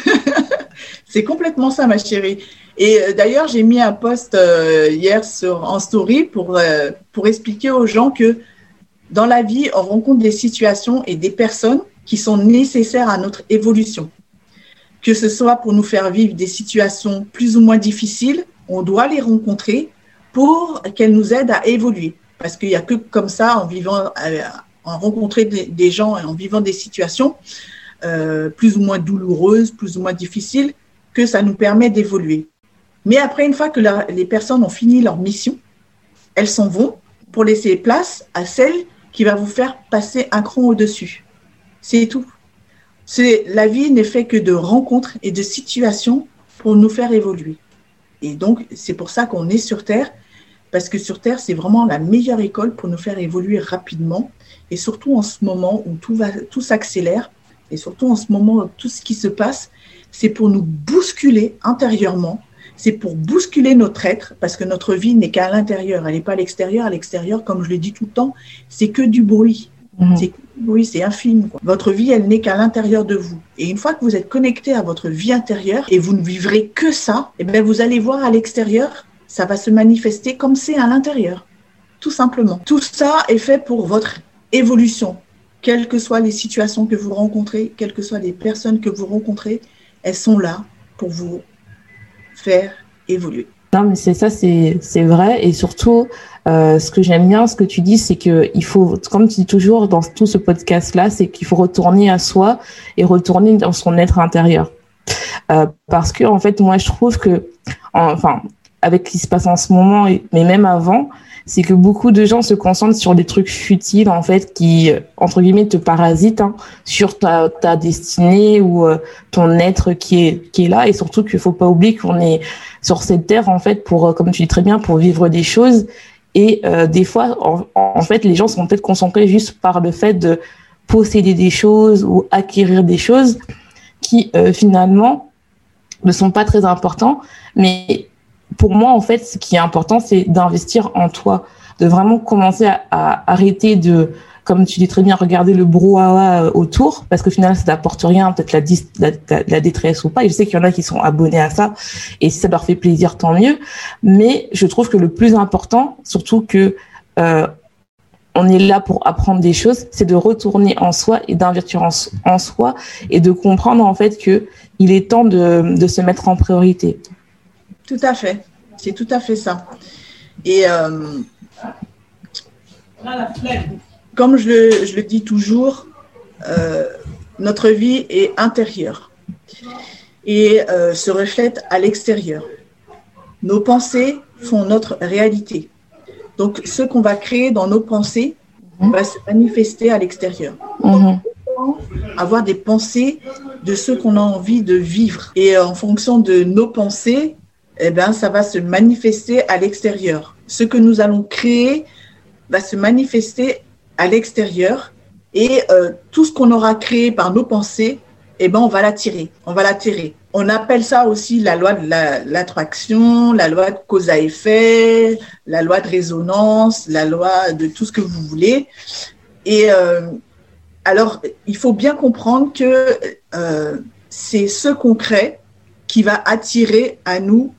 C'est complètement ça, ma chérie. Et euh, d'ailleurs, j'ai mis un post euh, hier sur, en story pour, euh, pour expliquer aux gens que dans la vie, on rencontre des situations et des personnes qui sont nécessaires à notre évolution. Que ce soit pour nous faire vivre des situations plus ou moins difficiles, on doit les rencontrer pour qu'elles nous aident à évoluer. Parce qu'il n'y a que comme ça, en vivant, euh, en rencontrant des, des gens et en vivant des situations euh, plus ou moins douloureuses, plus ou moins difficiles, que ça nous permet d'évoluer. Mais après, une fois que la, les personnes ont fini leur mission, elles s'en vont pour laisser place à celle qui va vous faire passer un cran au-dessus. C'est tout. C'est, la vie n'est faite que de rencontres et de situations pour nous faire évoluer. Et donc, c'est pour ça qu'on est sur Terre, parce que sur Terre, c'est vraiment la meilleure école pour nous faire évoluer rapidement. Et surtout en ce moment où tout, va, tout s'accélère, et surtout en ce moment où tout ce qui se passe, c'est pour nous bousculer intérieurement. C'est pour bousculer notre être, parce que notre vie n'est qu'à l'intérieur, elle n'est pas à l'extérieur. À l'extérieur, comme je le dis tout le temps, c'est que du bruit. Mmh. C'est que du bruit, c'est infime, quoi. Votre vie, elle n'est qu'à l'intérieur de vous. Et une fois que vous êtes connecté à votre vie intérieure et vous ne vivrez que ça, eh bien, vous allez voir à l'extérieur, ça va se manifester comme c'est à l'intérieur. Tout simplement. Tout ça est fait pour votre évolution. Quelles que soient les situations que vous rencontrez, quelles que soient les personnes que vous rencontrez, elles sont là pour vous faire évoluer. Non, mais c'est ça, c'est, c'est vrai. Et surtout, euh, ce que j'aime bien, ce que tu dis, c'est que il faut, comme tu dis toujours dans tout ce podcast-là, c'est qu'il faut retourner à soi et retourner dans son être intérieur. Euh, parce que, en fait, moi, je trouve que, enfin, avec ce qui se passe en ce moment, mais même avant, c'est que beaucoup de gens se concentrent sur des trucs futiles, en fait, qui, entre guillemets, te parasitent, hein, sur ta, ta destinée ou euh, ton être qui est, qui est là. Et surtout qu'il faut pas oublier qu'on est sur cette terre, en fait, pour, comme tu dis très bien, pour vivre des choses. Et euh, des fois, en, en fait, les gens sont peut-être concentrés juste par le fait de posséder des choses ou acquérir des choses qui, euh, finalement, ne sont pas très importants. Mais pour moi, en fait, ce qui est important, c'est d'investir en toi, de vraiment commencer à, à arrêter de comme tu dis très bien, regarder le brouhaha autour, parce qu'au final, ça n'apporte rien, peut-être la, dis- la, la, la détresse ou pas. Et je sais qu'il y en a qui sont abonnés à ça, et si ça leur fait plaisir, tant mieux. Mais je trouve que le plus important, surtout que euh, on est là pour apprendre des choses, c'est de retourner en soi et d'investir en, en soi et de comprendre en fait que il est temps de, de se mettre en priorité. Tout à fait, c'est tout à fait ça. Et euh, comme je le, je le dis toujours, euh, notre vie est intérieure et euh, se reflète à l'extérieur. Nos pensées font notre réalité. Donc, ce qu'on va créer dans nos pensées mmh. va se manifester à l'extérieur. Donc, mmh. avoir des pensées de ce qu'on a envie de vivre. Et en fonction de nos pensées, eh ben, ça va se manifester à l'extérieur. Ce que nous allons créer va se manifester à l'extérieur. Et euh, tout ce qu'on aura créé par nos pensées, eh ben, on va l'attirer. On va l'attirer. On appelle ça aussi la loi de la, l'attraction, la loi de cause à effet, la loi de résonance, la loi de tout ce que vous voulez. Et euh, alors, il faut bien comprendre que euh, c'est ce qu'on crée qui va attirer à nous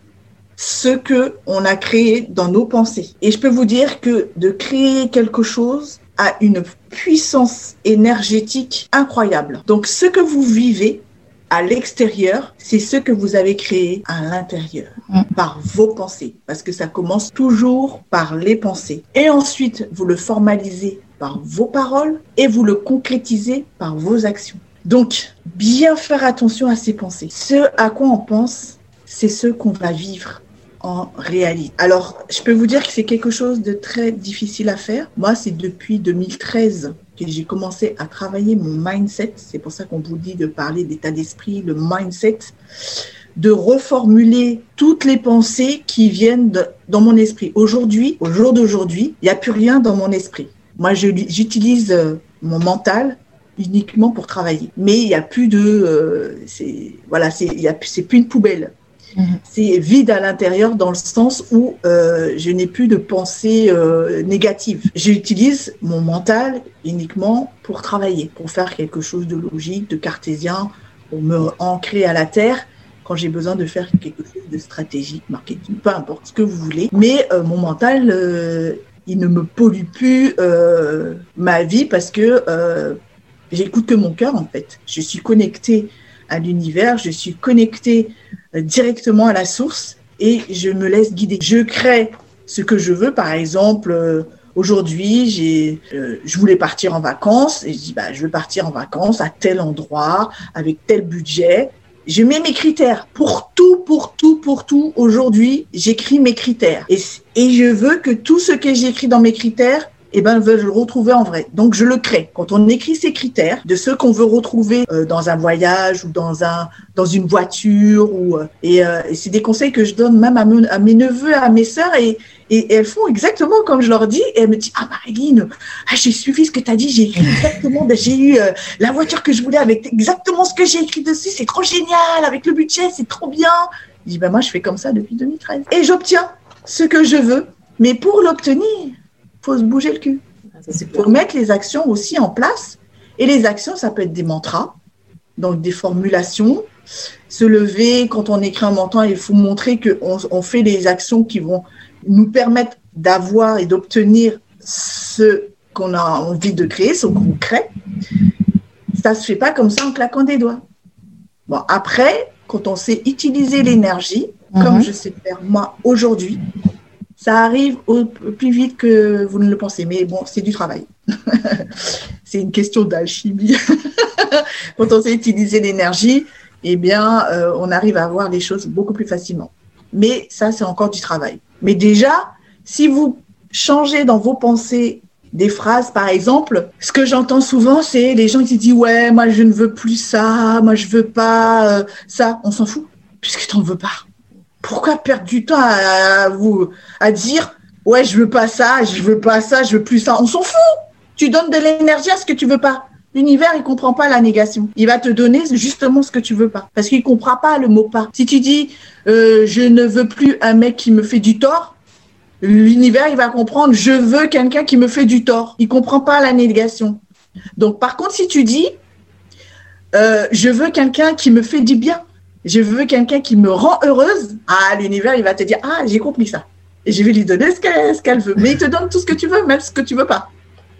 ce qu'on a créé dans nos pensées. Et je peux vous dire que de créer quelque chose a une puissance énergétique incroyable. Donc, ce que vous vivez à l'extérieur, c'est ce que vous avez créé à l'intérieur, mmh. par vos pensées, parce que ça commence toujours par les pensées. Et ensuite, vous le formalisez par vos paroles et vous le concrétisez par vos actions. Donc, bien faire attention à ces pensées. Ce à quoi on pense, c'est ce qu'on va vivre en réalité. Alors, je peux vous dire que c'est quelque chose de très difficile à faire. Moi, c'est depuis deux mille treize que j'ai commencé à travailler mon mindset. C'est pour ça qu'on vous dit de parler d'état d'esprit, le mindset, de reformuler toutes les pensées qui viennent de, dans mon esprit. Aujourd'hui, au jour d'aujourd'hui, il n'y a plus rien dans mon esprit. Moi, je, j'utilise euh, mon mental uniquement pour travailler. Mais il n'y a plus de... Euh, c'est, voilà, c'est, il y a, c'est plus une poubelle. C'est vide à l'intérieur dans le sens où euh, je n'ai plus de pensée euh, négative. J'utilise mon mental uniquement pour travailler, pour faire quelque chose de logique, de cartésien, pour me ancrer à la terre quand j'ai besoin de faire quelque chose de stratégique, marketing, peu importe ce que vous voulez. Mais euh, mon mental, euh, il ne me pollue plus euh, ma vie parce que euh, j'écoute que mon cœur en fait. Je suis connectée à l'univers, je suis connectée directement à la source et je me laisse guider. Je crée ce que je veux. Par exemple, euh, aujourd'hui, j'ai, euh, je voulais partir en vacances et je dis bah, je veux partir en vacances à tel endroit avec tel budget. Je mets mes critères pour tout, pour tout, pour tout. Aujourd'hui, j'écris mes critères et, et je veux que tout ce que j'écris dans mes critères, eh ben, veulent le retrouver en vrai. Donc, je le crée. Quand on écrit ces critères de ceux qu'on veut retrouver euh, dans un voyage ou dans un dans une voiture ou euh, et, euh, et c'est des conseils que je donne même à, me, à mes neveux, à mes sœurs et, et, et elles font exactement comme je leur dis et elles me disent ah Marilyn, ah, j'ai suivi ce que tu as dit, j'ai écrit exactement, j'ai eu euh, la voiture que je voulais avec exactement ce que j'ai écrit dessus, c'est trop génial, avec le budget, c'est trop bien. Je dis ben moi je fais comme ça depuis deux mille treize et j'obtiens ce que je veux, mais pour l'obtenir, faut se bouger le cul. Il faut mettre les actions aussi en place. Et les actions, ça peut être des mantras, donc des formulations. Se lever, quand on écrit un mantra, il faut montrer qu'on on fait les actions qui vont nous permettre d'avoir et d'obtenir ce qu'on a envie de créer, ce qu'on crée. Ça ne se fait pas comme ça en claquant des doigts. Bon, après, quand on sait utiliser l'énergie, mm-hmm. comme je sais faire moi aujourd'hui, ça arrive au plus vite que vous ne le pensez. Mais bon, c'est du travail. C'est une question d'alchimie. Quand on sait utiliser l'énergie, eh bien, euh, on arrive à voir les choses beaucoup plus facilement. Mais ça, c'est encore du travail. Mais déjà, si vous changez dans vos pensées des phrases, par exemple, ce que j'entends souvent, c'est les gens qui disent « Ouais, moi, je ne veux plus ça. Moi, je ne veux pas euh, ça. » On s'en fout, puisque tu n'en veux pas. Pourquoi perdre du temps à, à, vous, à dire « Ouais, je veux pas ça, je veux pas ça, je veux plus ça. » On s'en fout. Tu donnes de l'énergie à ce que tu veux pas. L'univers, il comprend pas la négation. Il va te donner justement ce que tu veux pas. Parce qu'il comprend pas le mot pas. Si tu dis euh, « Je ne veux plus un mec qui me fait du tort », l'univers, il va comprendre, je veux quelqu'un qui me fait du tort. Il comprend pas la négation. Donc, par contre, si tu dis, euh, je veux quelqu'un qui me fait du bien, je veux quelqu'un qui me rend heureuse, ah, l'univers, il va te dire, ah, j'ai compris ça. Et je vais lui donner ce qu'elle, ce qu'elle veut. Mais il te donne tout ce que tu veux, même ce que tu veux pas.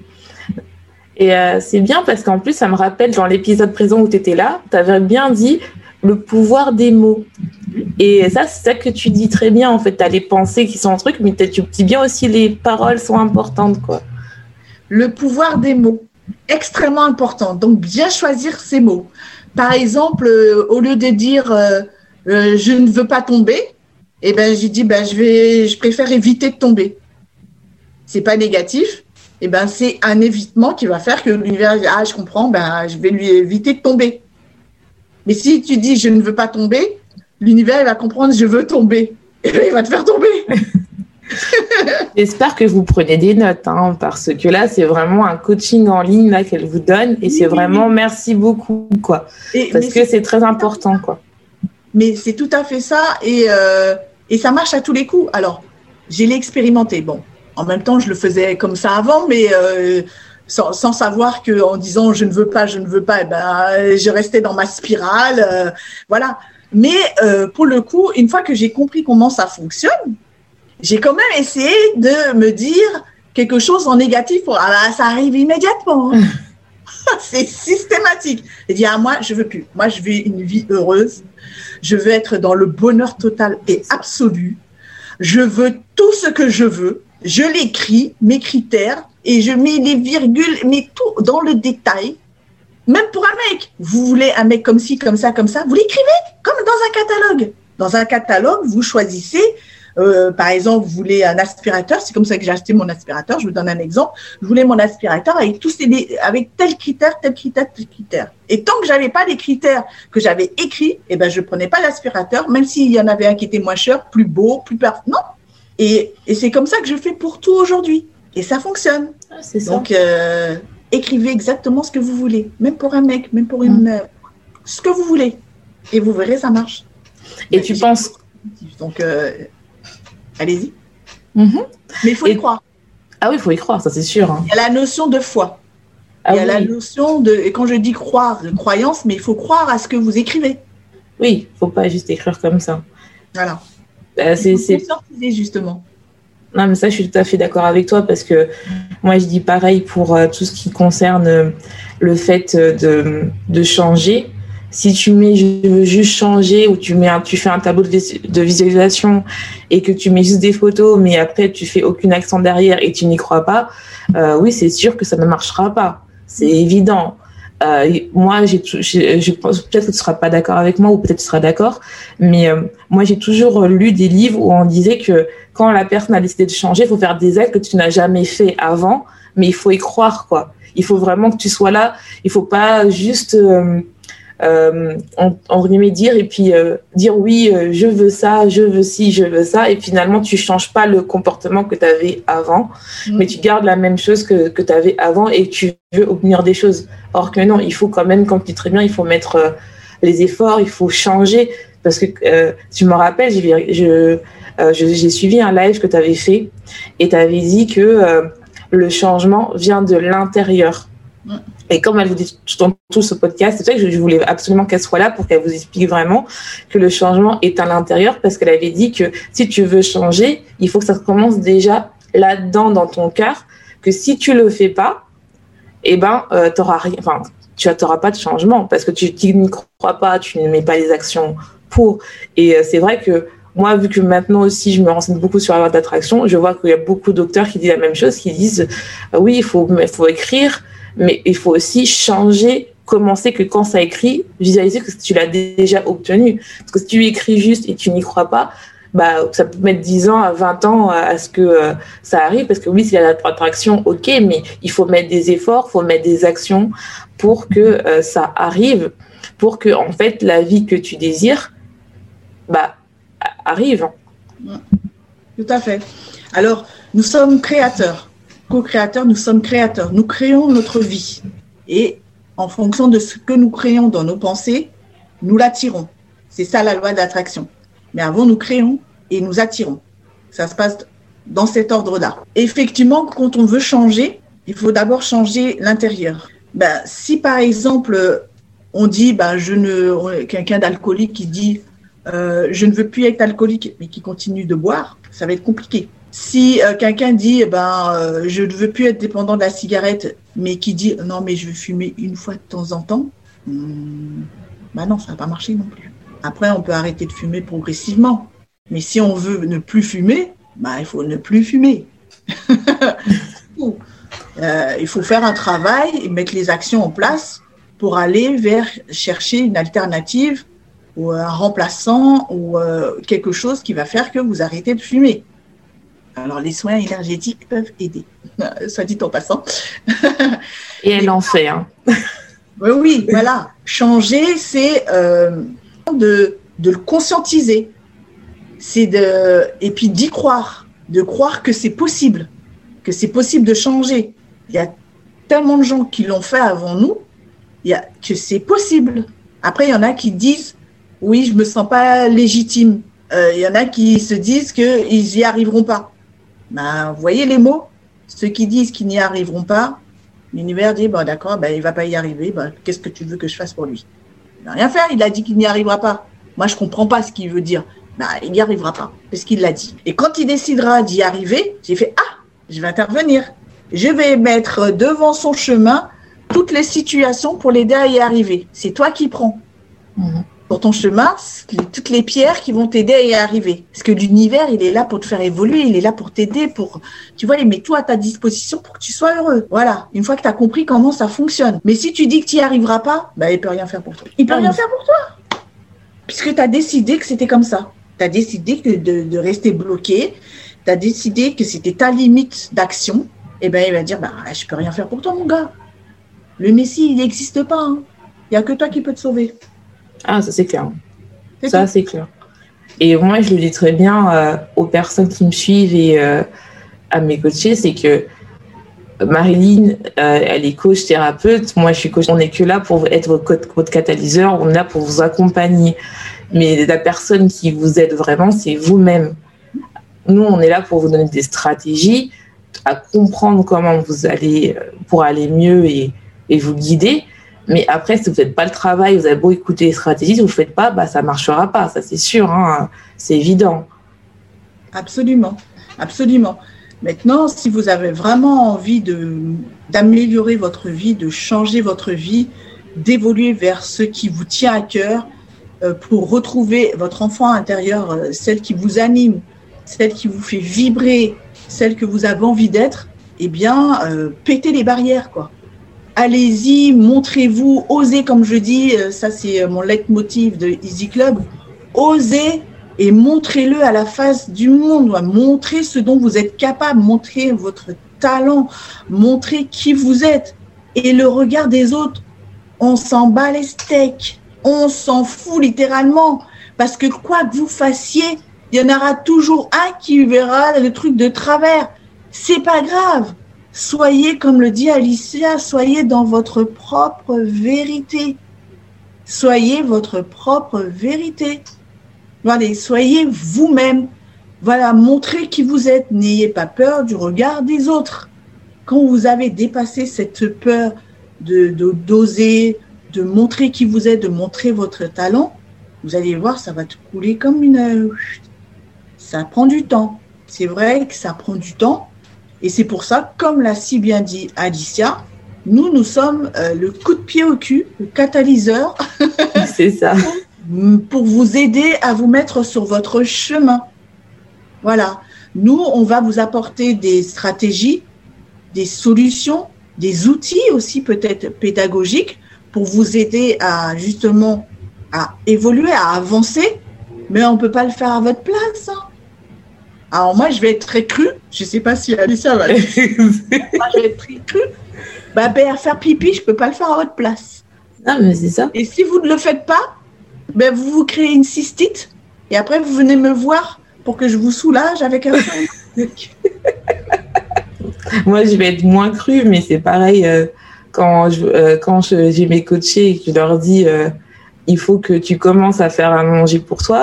Et euh, c'est bien parce qu'en plus, ça me rappelle dans l'épisode présent où tu étais là, tu avais bien dit le pouvoir des mots. Et ça, c'est ça que tu dis très bien. En fait, tu as les pensées qui sont un truc, mais tu dis bien aussi les paroles sont importantes, quoi. Le pouvoir des mots, extrêmement important. Donc, bien choisir ces mots. Par exemple, euh, au lieu de dire euh, euh, je ne veux pas tomber, eh ben, j'ai dit ben, je, vais, je préfère éviter de tomber. C'est pas négatif. Eh ben, c'est un évitement qui va faire que l'univers, ah, je comprends, ben, je vais lui éviter de tomber. Mais si tu dis je ne veux pas tomber, l'univers, il va comprendre je veux tomber. Et ben, il va te faire tomber. J'espère que vous prenez des notes, hein, parce que là, c'est vraiment un coaching en ligne là, qu'elle vous donne. Et c'est vraiment merci beaucoup, quoi. Et, parce que c'est, c'est très important, quoi. Mais c'est tout à fait ça. Et, euh, et ça marche à tous les coups. Alors, j'ai l'expérimenté. Bon. En même temps, je le faisais comme ça avant, mais euh, sans, sans savoir qu'en disant je ne veux pas, je ne veux pas, eh ben, je restais dans ma spirale. Euh, voilà. Mais euh, pour le coup, une fois que j'ai compris comment ça fonctionne, j'ai quand même essayé de me dire quelque chose en négatif. Pour, ah ben, ça arrive immédiatement. Hein. C'est systématique. Et dire ah, moi, je veux plus. Moi, je veux une vie heureuse. Je veux être dans le bonheur total et absolu. Je veux tout ce que je veux. Je l'écris, mes critères, et je mets les virgules, mais tout dans le détail. Même pour un mec. Vous voulez un mec comme ci, comme ça, comme ça, vous l'écrivez comme dans un catalogue. Dans un catalogue, vous choisissez, euh, par exemple, vous voulez un aspirateur. C'est comme ça que j'ai acheté mon aspirateur. Je vous donne un exemple. Je voulais mon aspirateur avec tous ces, avec tel critère, tel critère, tel critère. Et tant que j'avais pas les critères que j'avais écrits, eh ben, je prenais pas l'aspirateur, même s'il y en avait un qui était moins cher, plus beau, plus parfait. Non. Et, et c'est comme ça que je fais pour tout aujourd'hui. Et ça fonctionne. Ah, c'est ça. Donc, euh, écrivez exactement ce que vous voulez. Même pour un mec, même pour une... Mmh. Euh, ce que vous voulez. Et vous verrez, ça marche. Et tu penses... Donc, euh, allez-y. Mmh. Mais il faut et... y croire. Ah oui, il faut y croire, ça c'est sûr. Hein. Il y a la notion de foi. Ah, il y a oui. la notion de... Et quand je dis croire, de croyance, mais il faut croire à ce que vous écrivez. Oui, il ne faut pas juste écrire comme ça. Voilà. Euh, c'est, c'est... justement. Non, mais ça, je suis tout à fait d'accord avec toi parce que moi, je dis pareil pour euh, tout ce qui concerne euh, le fait euh, de, de changer. Si tu mets je veux juste changer ou tu, mets un, tu fais un tableau de, vis- de visualisation et que tu mets juste des photos, mais après, tu fais aucun accent derrière et tu n'y crois pas, euh, oui, c'est sûr que ça ne marchera pas. C'est évident. Euh, moi, j'ai, j'ai, je pense peut-être que tu seras pas d'accord avec moi ou peut-être tu seras d'accord, mais euh, moi j'ai toujours lu des livres où on disait que quand la personne a décidé de changer, il faut faire des actes que tu n'as jamais fait avant, mais il faut y croire, quoi. Il faut vraiment que tu sois là. Il faut pas juste euh, euh, en, en dire et puis euh, dire oui, euh, je veux ça, je veux ci, je veux ça, et finalement tu changes pas le comportement que tu avais avant, mmh. mais tu gardes la même chose que que tu avais avant et tu veux obtenir des choses. Or que non, il faut quand même, comme tu dis très bien, il faut mettre euh, les efforts, il faut changer parce que euh, tu me rappelles, j'ai, je, euh, je, j'ai suivi un live que tu avais fait et tu avais dit que euh, le changement vient de l'intérieur. Mmh. Et comme elle vous dit dans tout ce podcast, c'est vrai que je voulais absolument qu'elle soit là pour qu'elle vous explique vraiment que le changement est à l'intérieur parce qu'elle avait dit que si tu veux changer, il faut que ça commence déjà là-dedans dans ton cœur, que si tu le fais pas, eh ben, euh, t'auras rien, enfin, tu n'auras pas de changement parce que tu, tu n'y crois pas, tu ne mets pas les actions pour. Et euh, c'est vrai que moi, vu que maintenant aussi, je me renseigne beaucoup sur la loi d'attraction, je vois qu'il y a beaucoup de docteurs qui disent la même chose, qui disent euh, oui, il faut, il faut écrire, mais il faut aussi changer, commencer que quand ça écrit, visualiser que tu l'as déjà obtenu. Parce que si tu écris juste et tu n'y crois pas, bah, ça peut mettre dix ans à vingt ans à ce que euh, ça arrive. Parce que oui, s'il y a l'attraction, ok, mais il faut mettre des efforts, il faut mettre des actions pour que euh, ça arrive, pour que, en fait, la vie que tu désires, bah, arrive. Tout à fait. Alors, nous sommes créateurs. Co-créateurs, nous sommes créateurs. Nous créons notre vie. Et en fonction de ce que nous créons dans nos pensées, nous l'attirons. C'est ça la loi d'attraction. Mais avant, nous créons et nous attirons. Ça se passe dans cet ordre-là. Effectivement, quand on veut changer, il faut d'abord changer l'intérieur. Ben, si par exemple, on dit, ben, je ne, quelqu'un d'alcoolique qui dit euh, je ne veux plus être alcoolique, mais qui continue de boire, ça va être compliqué. Si euh, quelqu'un dit ben, euh, je ne veux plus être dépendant de la cigarette, mais qui dit non, mais je veux fumer une fois de temps en temps, hmm, ben non, ça va pas marcher non plus. Après, on peut arrêter de fumer progressivement. Mais si on veut ne plus fumer, ben, il faut ne plus fumer. Euh, il faut faire un travail et mettre les actions en place pour aller vers chercher une alternative ou un remplaçant ou euh, quelque chose qui va faire que vous arrêtez de fumer. Alors, les soins énergétiques peuvent aider, soit dit en passant. Et elle en fait. Hein. Oui, oui, voilà. Changer, c'est euh, de, de le conscientiser. C'est de, et puis d'y croire, de croire que c'est possible, que c'est possible de changer. Il y a tellement de gens qui l'ont fait avant nous, il y a, que c'est possible. Après, il y en a qui disent, oui, je me sens pas légitime. Euh, il y en a qui se disent qu'ils n'y arriveront pas. Ben, vous voyez les mots, ceux qui disent qu'ils n'y arriveront pas, l'univers dit, bon, d'accord, ben, il va pas y arriver, ben, qu'est-ce que tu veux que je fasse pour lui? Il n'a rien fait, il a dit qu'il n'y arrivera pas. Moi, je comprends pas ce qu'il veut dire. Ben, il n'y arrivera pas, parce qu'il l'a dit. Et quand il décidera d'y arriver, j'ai fait, ah, je vais intervenir. Je vais mettre devant son chemin toutes les situations pour l'aider à y arriver. C'est toi qui prends. Mmh. Pour ton chemin, toutes les pierres qui vont t'aider à y arriver. Parce que l'univers, il est là pour te faire évoluer, il est là pour t'aider, pour, tu vois, il met tout à ta disposition pour que tu sois heureux. Voilà. Une fois que tu as compris comment ça fonctionne. Mais si tu dis que tu n'y arriveras pas, ben, il peut rien faire pour toi. Il peut rien faire pour toi. Puisque tu as décidé que c'était comme ça. Tu as décidé que de, de rester bloqué. Tu as décidé que c'était ta limite d'action. Eh ben, il va dire, bah, je peux rien faire pour toi, mon gars. Le Messie, il n'existe pas. Hein. Il n'y a que toi qui peux te sauver. Ah, ça, c'est clair. C'est ça, tout. c'est clair. Et moi, je le dis très bien euh, aux personnes qui me suivent et euh, à mes coachés, c'est que Marilyn, euh, elle est coach thérapeute. Moi, je suis coach. On n'est que là pour être votre, votre catalyseur. On est là pour vous accompagner. Mais la personne qui vous aide vraiment, c'est vous-même. Nous, on est là pour vous donner des stratégies, à comprendre comment vous allez pour aller mieux et, et vous guider. Mais après, si vous ne faites pas le travail, vous avez beau écouter les stratégies, si vous ne faites pas, bah, ça ne marchera pas. Ça, c'est sûr. Hein. C'est évident. Absolument. Absolument. Maintenant, si vous avez vraiment envie de, d'améliorer votre vie, de changer votre vie, d'évoluer vers ce qui vous tient à cœur, euh, pour retrouver votre enfant intérieur, euh, celle qui vous anime, celle qui vous fait vibrer, celle que vous avez envie d'être, eh bien, euh, pétez les barrières, quoi. Allez-y, montrez-vous, osez, comme je dis, euh, ça c'est mon leitmotiv de Easy Club, osez et montrez-le à la face du monde, montrez ce dont vous êtes capable, montrez votre talent, montrez qui vous êtes. Et le regard des autres, on s'en bat les steaks, on s'en fout littéralement, parce que quoi que vous fassiez, il y en aura toujours un qui verra le truc de travers. C'est pas grave. Soyez, comme le dit Alicia, soyez dans votre propre vérité. Soyez votre propre vérité. Voilà, soyez vous-même. Voilà, montrez qui vous êtes. N'ayez pas peur du regard des autres. Quand vous avez dépassé cette peur de, de d'oser, de montrer qui vous êtes, de montrer votre talent, vous allez voir, ça va te couler comme une... Ça prend du temps. C'est vrai que ça prend du temps. Et c'est pour ça, comme l'a si bien dit Alicia, nous, nous sommes euh, le coup de pied au cul, le catalyseur. C'est ça. Pour vous aider à vous mettre sur votre chemin. Voilà. Nous, on va vous apporter des stratégies, des solutions, des outils aussi peut-être pédagogiques pour vous aider à justement à évoluer, à avancer. Mais on ne peut pas le faire à votre place. Hein. Alors moi, je vais être très crue. Je ne sais pas si Alicia va le faire. Moi, je vais être très crue. Bah, ben, faire pipi, je ne peux pas le faire à votre place. Non, mais c'est ça. Et si vous ne le faites pas, ben, vous vous créez une cystite. Et après, vous venez me voir pour que je vous soulage avec un Moi, je vais être moins crue, mais c'est pareil. Euh, quand je, euh, quand je, j'ai mes coachés et que je leur dis euh, il faut que tu commences à faire à manger pour toi,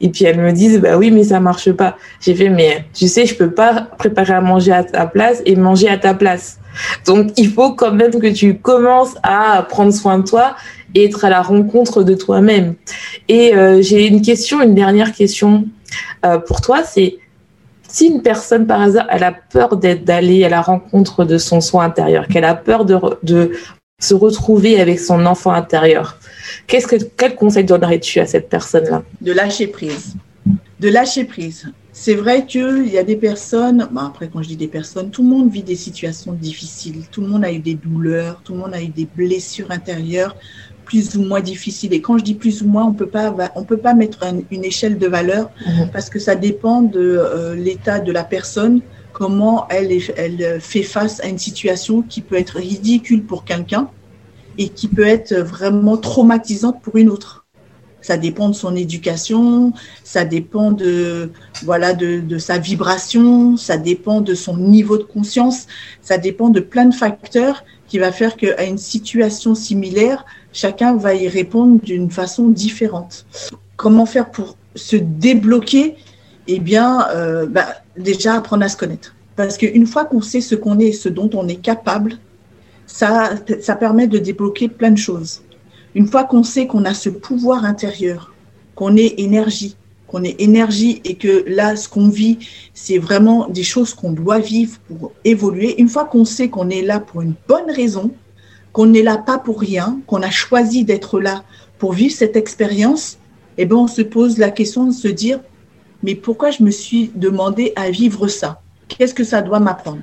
Et puis elles me disent, bah oui, mais ça marche pas. J'ai fait, mais tu sais, je peux pas préparer à manger à ta place et manger à ta place. Donc, il faut quand même que tu commences à prendre soin de toi et être à la rencontre de toi-même. Et euh, j'ai une question, une dernière question euh, pour toi, c'est si une personne, par hasard, elle a peur d'être, d'aller à la rencontre de son soi intérieur, qu'elle a peur de, de se retrouver avec son enfant intérieur, qu'est-ce que, quel conseil donnerais-tu à cette personne-là? De lâcher prise. De lâcher prise. C'est vrai qu'il y a des personnes, bon après quand je dis des personnes, tout le monde vit des situations difficiles, tout le monde a eu des douleurs, tout le monde a eu des blessures intérieures plus ou moins difficiles. Et quand je dis plus ou moins, on peut pas, on peut pas mettre un, une échelle de valeur mmh. parce que ça dépend de euh, l'état de la personne, comment elle, est, elle fait face à une situation qui peut être ridicule pour quelqu'un et qui peut être vraiment traumatisante pour une autre. Ça dépend de son éducation, ça dépend de, voilà, de, de sa vibration, ça dépend de son niveau de conscience, ça dépend de plein de facteurs qui va faire qu'à une situation similaire, chacun va y répondre d'une façon différente. Comment faire pour se débloquer? Eh bien, euh, bah, déjà apprendre à se connaître. Parce qu'une fois qu'on sait ce qu'on est et ce dont on est capable, ça, ça permet de débloquer plein de choses. Une fois qu'on sait qu'on a ce pouvoir intérieur, qu'on est énergie, qu'on est énergie et que là, ce qu'on vit, c'est vraiment des choses qu'on doit vivre pour évoluer. Une fois qu'on sait qu'on est là pour une bonne raison, qu'on n'est là pas pour rien, qu'on a choisi d'être là pour vivre cette expérience, eh bien, on se pose la question de se dire, mais pourquoi je me suis demandé à vivre ça? Qu'est-ce que ça doit m'apprendre?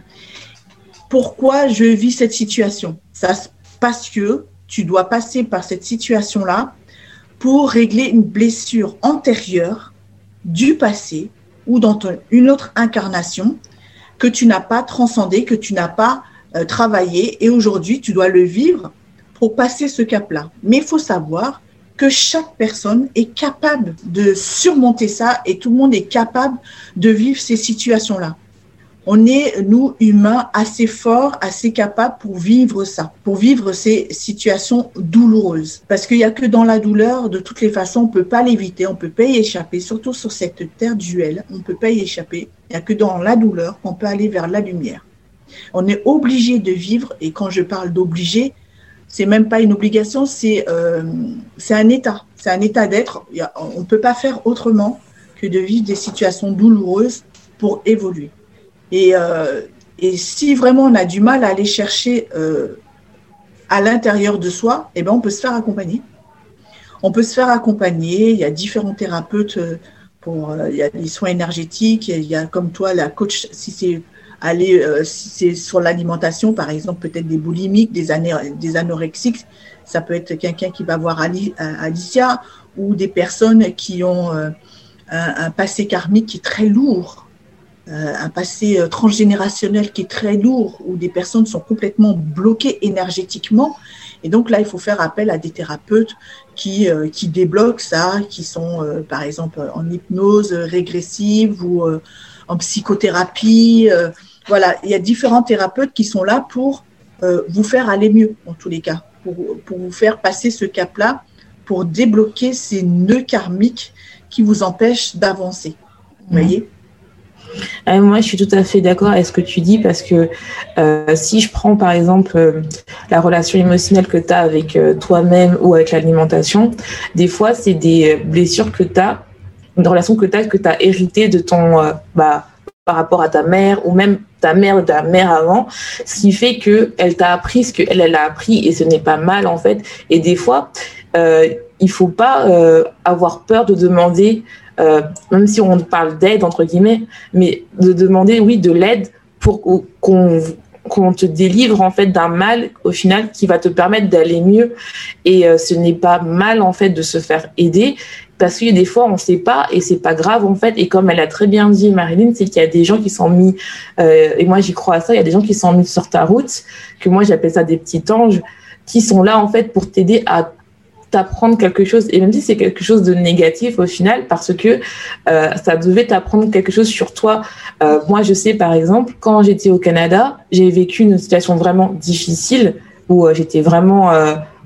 Pourquoi je vis cette situation? Ça, parce que tu dois passer par cette situation-là pour régler une blessure antérieure du passé ou dans ton, une autre incarnation que tu n'as pas transcendée, que tu n'as pas euh, travaillé. Et aujourd'hui, tu dois le vivre pour passer ce cap-là. Mais il faut savoir que chaque personne est capable de surmonter ça et tout le monde est capable de vivre ces situations-là. On est, nous, humains, assez forts, assez capables pour vivre ça, pour vivre ces situations douloureuses. Parce qu'il n'y a que dans la douleur, de toutes les façons, on ne peut pas l'éviter, on ne peut pas y échapper, surtout sur cette terre duel, on ne peut pas y échapper. Il n'y a que dans la douleur qu'on peut aller vers la lumière. On est obligé de vivre, et quand je parle d'obligé, c'est même pas une obligation, c'est, euh, c'est un état, c'est un état d'être. On ne peut pas faire autrement que de vivre des situations douloureuses pour évoluer. Et, euh, et si vraiment on a du mal à aller chercher euh, à l'intérieur de soi, eh ben on peut se faire accompagner. On peut se faire accompagner. Il y a différents thérapeutes pour, euh, il y a les soins énergétiques. Il y a comme toi la coach. Si c'est aller, euh, si c'est sur l'alimentation, par exemple, peut-être des boulimiques, des, ané- des anorexiques. Ça peut être quelqu'un qui va voir Ali- Alicia ou des personnes qui ont euh, un, un passé karmique qui est très lourd. Euh, un passé euh, transgénérationnel qui est très lourd, où des personnes sont complètement bloquées énergétiquement. Et donc là, il faut faire appel à des thérapeutes qui, euh, qui débloquent ça, qui sont euh, par exemple en hypnose régressive ou euh, en psychothérapie. Euh, voilà, il y a différents thérapeutes qui sont là pour euh, vous faire aller mieux, en tous les cas, pour, pour vous faire passer ce cap-là, pour débloquer ces nœuds karmiques qui vous empêchent d'avancer. Vous mmh. voyez ? Euh, moi, je suis tout à fait d'accord avec ce que tu dis parce que euh, si je prends par exemple euh, la relation émotionnelle que tu as avec euh, toi-même ou avec l'alimentation, des fois, c'est des blessures que tu as, une relation que tu as, que tu as héritée de ton, euh, bah, par rapport à ta mère ou même ta mère ou ta mère avant, ce qui fait qu'elle t'a appris ce qu'elle elle a appris et ce n'est pas mal en fait. Et des fois, euh, il ne faut pas euh, avoir peur de demander Euh, même si on parle d'aide entre guillemets, mais de demander oui de l'aide pour qu'on qu'on te délivre en fait d'un mal au final qui va te permettre d'aller mieux. Et euh, ce n'est pas mal en fait de se faire aider parce que des fois on sait pas et c'est pas grave en fait. Et comme elle a très bien dit Marilyn, c'est qu'il y a des gens qui sont mis euh, et moi j'y crois à ça, il y a des gens qui sont mis sur ta route, que moi j'appelle ça des petits anges, qui sont là en fait pour t'aider à t'apprendre quelque chose, et même si c'est quelque chose de négatif au final, parce que euh, ça devait t'apprendre quelque chose sur toi. Euh, moi, je sais, par exemple, quand j'étais au Canada, j'ai vécu une situation vraiment difficile où euh, j'étais vraiment euh,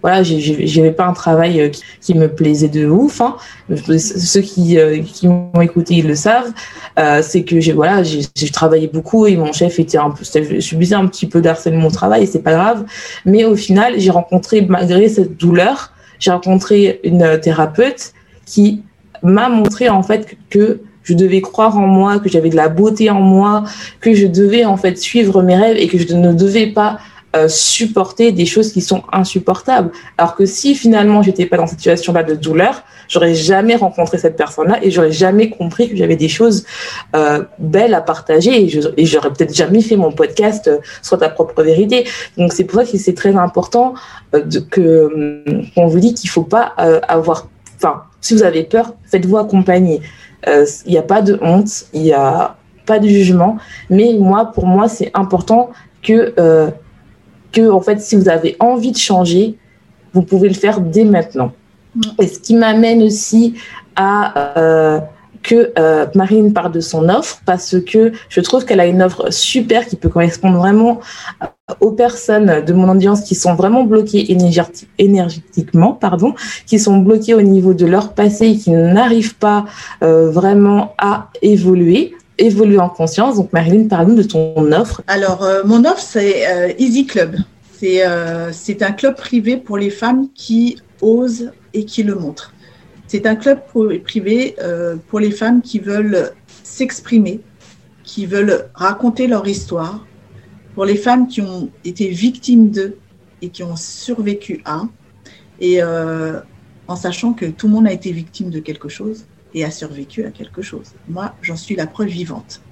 voilà, j'ai, j'avais pas un travail qui, qui me plaisait de ouf. Hein. Ceux qui, euh, qui m'ont écouté, ils le savent. Euh, c'est que j'ai, voilà, j'ai, j'ai travaillé beaucoup et mon chef était un peu, je subissais un petit peu d'harcèlement au travail et c'est pas grave. Mais au final, j'ai rencontré, malgré cette douleur, j'ai rencontré une thérapeute qui m'a montré en fait que je devais croire en moi, que j'avais de la beauté en moi, que je devais en fait suivre mes rêves et que je ne devais pas euh, supporter des choses qui sont insupportables. Alors que si finalement j'étais pas dans cette situation-là de douleur, j'aurais jamais rencontré cette personne-là et j'aurais jamais compris que j'avais des choses euh, belles à partager et, je, et j'aurais peut-être jamais fait mon podcast euh, Sois ta propre vérité. Donc c'est pour ça que c'est très important euh, de, que qu'on vous dit qu'il faut pas euh, avoir, enfin si vous avez peur, faites-vous accompagner. Il euh, n'y a pas de honte, il n'y a pas de jugement, mais moi, pour moi, c'est important que, euh, que, en fait, si vous avez envie de changer, vous pouvez le faire dès maintenant. Et ce qui m'amène aussi à euh, que euh, Marine parle de son offre, parce que je trouve qu'elle a une offre super qui peut correspondre vraiment aux personnes de mon audience qui sont vraiment bloquées énergéti- énergétiquement, pardon, qui sont bloquées au niveau de leur passé et qui n'arrivent pas euh, vraiment à évoluer, évoluer en conscience. Donc Marilyn, parle-nous de ton offre. Alors, euh, mon offre, c'est euh, Easy Club. C'est, euh, c'est un club privé pour les femmes qui osent et qui le montrent. C'est un club pour, privé euh, pour les femmes qui veulent s'exprimer, qui veulent raconter leur histoire, pour les femmes qui ont été victimes d'eux et qui ont survécu à, et euh, en sachant que tout le monde a été victime de quelque chose et a survécu à quelque chose. Moi, j'en suis la preuve vivante.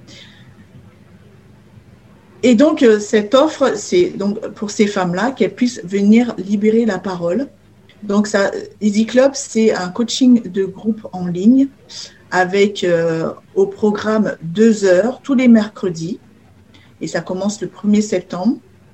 Et donc, euh, cette offre, c'est donc pour ces femmes-là qu'elles puissent venir libérer la parole. Donc, ça, Easy Club, c'est un coaching de groupe en ligne avec euh, au programme deux heures tous les mercredis. Et ça commence le premier septembre,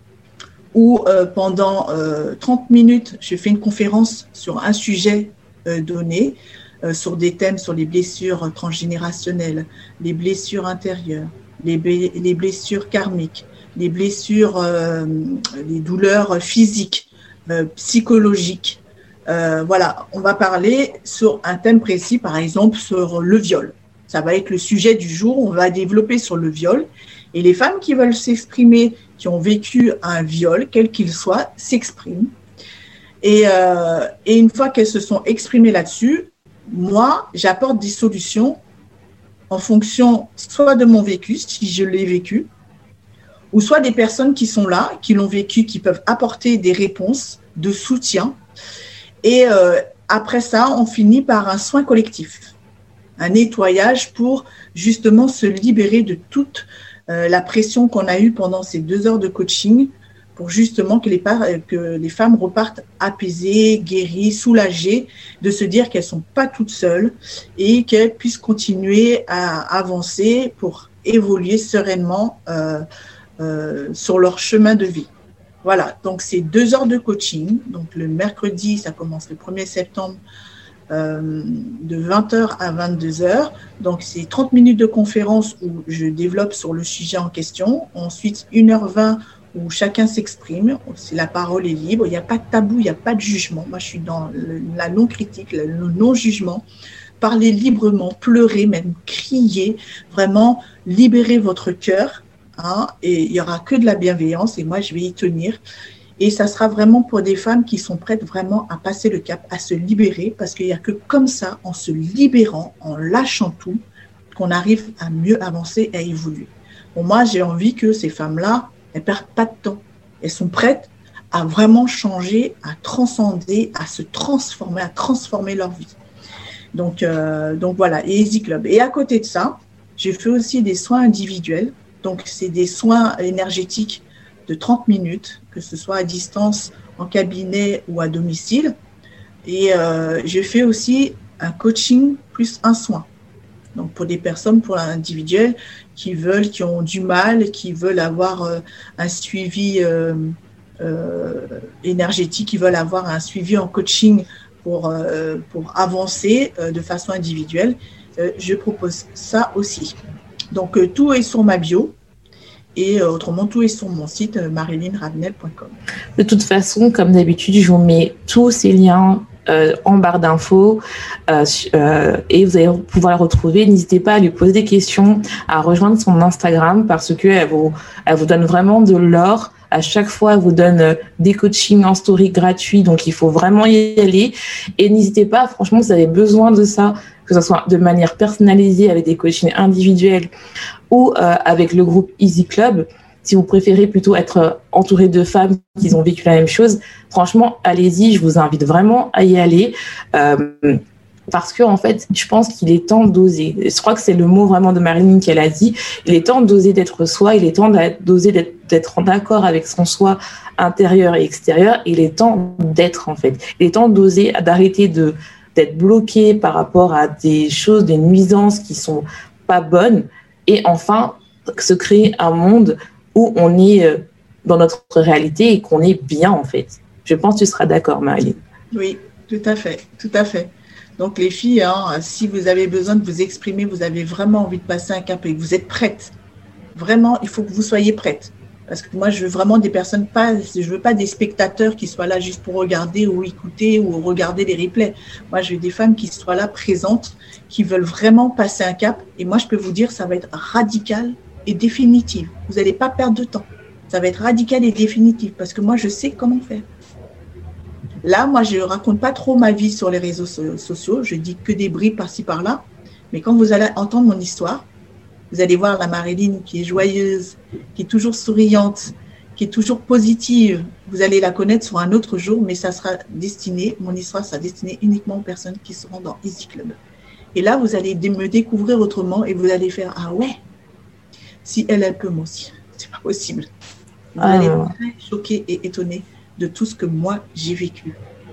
où euh, pendant euh, trente minutes, je fais une conférence sur un sujet euh, donné, euh, sur des thèmes sur les blessures transgénérationnelles, les blessures intérieures, les, b- les blessures karmiques, les blessures, euh, les douleurs physiques, euh, psychologiques. Euh, voilà, on va parler sur un thème précis, par exemple sur le viol. Ça va être le sujet du jour, on va développer sur le viol. Et les femmes qui veulent s'exprimer, qui ont vécu un viol, quel qu'il soit, s'expriment. Et, euh, et une fois qu'elles se sont exprimées là-dessus, moi, j'apporte des solutions en fonction soit de mon vécu, si je l'ai vécu, ou soit des personnes qui sont là, qui l'ont vécu, qui peuvent apporter des réponses de soutien. Et euh, après ça, on finit par un soin collectif, un nettoyage pour justement se libérer de toute euh, la pression qu'on a eue pendant ces deux heures de coaching, pour justement que les, par- que les femmes repartent apaisées, guéries, soulagées, de se dire qu'elles ne sont pas toutes seules et qu'elles puissent continuer à avancer pour évoluer sereinement euh, euh, sur leur chemin de vie. Voilà, donc c'est deux heures de coaching. Donc le mercredi, ça commence le premier septembre, euh, de vingt heures à vingt-deux heures. Donc c'est trente minutes de conférence où je développe sur le sujet en question. Ensuite, une heure vingt où chacun s'exprime. C'est la parole est libre. Il n'y a pas de tabou, il n'y a pas de jugement. Moi, je suis dans le, la non-critique, le, le non-jugement. Parler librement, pleurer, même crier, vraiment libérer votre cœur. Hein, et il n'y aura que de la bienveillance et moi, je vais y tenir. Et ça sera vraiment pour des femmes qui sont prêtes vraiment à passer le cap, à se libérer, parce qu'il n'y a que comme ça, en se libérant, en lâchant tout, qu'on arrive à mieux avancer et à évoluer. Bon, moi, j'ai envie que ces femmes-là, elles ne perdent pas de temps. Elles sont prêtes à vraiment changer, à transcender, à se transformer, à transformer leur vie. Donc, euh, donc voilà, et Easy Club. Et à côté de ça, j'ai fait aussi des soins individuels. Donc, c'est des soins énergétiques de trente minutes, que ce soit à distance, en cabinet ou à domicile. Et euh, je fais aussi un coaching plus un soin. Donc, pour des personnes, pour l'individuel, qui veulent, qui ont du mal, qui veulent avoir euh, un suivi euh, euh, énergétique, qui veulent avoir un suivi en coaching pour, euh, pour avancer euh, de façon individuelle, euh, je propose ça aussi. Donc, euh, tout est sur ma bio. Et euh, autrement, tout est sur mon site euh, marilyn ravenel point com. De toute façon, comme d'habitude, je vous mets tous ces liens euh, en barre d'infos euh, euh, et vous allez pouvoir la retrouver. N'hésitez pas à lui poser des questions, à rejoindre son Instagram parce qu'elle vous, elle vous donne vraiment de l'or. À chaque fois, elle vous donne des coachings en story gratuits, donc il faut vraiment y aller. Et n'hésitez pas, franchement, vous avez besoin de ça, que ce soit de manière personnalisée avec des coachings individuels ou euh, avec le groupe Easy Club. Si vous préférez plutôt être entouré de femmes qui ont vécu la même chose, franchement, allez-y, je vous invite vraiment à y aller. Euh, Parce que en fait, je pense qu'il est temps d'oser. Je crois que c'est le mot vraiment de Marilyn qu'elle a dit. Il est temps d'oser d'être soi. Il est temps d'oser d'être, d'être en accord avec son soi intérieur et extérieur. Il est temps d'être en fait. Il est temps d'oser, d'arrêter de d'être bloqué par rapport à des choses, des nuisances qui sont pas bonnes, et enfin se créer un monde où on est dans notre réalité et qu'on est bien en fait. Je pense que tu seras d'accord, Marilyn. Oui, tout à fait, tout à fait. Donc les filles, hein, si vous avez besoin de vous exprimer, vous avez vraiment envie de passer un cap et que vous êtes prêtes, vraiment, il faut que vous soyez prêtes. Parce que moi, je veux vraiment des personnes, pas, je veux pas des spectateurs qui soient là juste pour regarder ou écouter ou regarder les replays. Moi, je veux des femmes qui soient là présentes, qui veulent vraiment passer un cap. Et moi, je peux vous dire, ça va être radical et définitif. Vous n'allez pas perdre de temps. Ça va être radical et définitif parce que moi, je sais comment faire. Là, moi, je ne raconte pas trop ma vie sur les réseaux sociaux. Je dis que des bribes par-ci, par-là. Mais quand vous allez entendre mon histoire, vous allez voir la Marilyn qui est joyeuse, qui est toujours souriante, qui est toujours positive. Vous allez la connaître sur un autre jour, mais ça sera destiné, mon histoire sera destinée uniquement aux personnes qui seront dans Easy Club. Et là, vous allez me découvrir autrement et vous allez faire « Ah ouais, si elle, elle peut, moi aussi. C'est pas possible. » Vous ah. allez être très choqués et étonnés de tout ce que moi, j'ai vécu.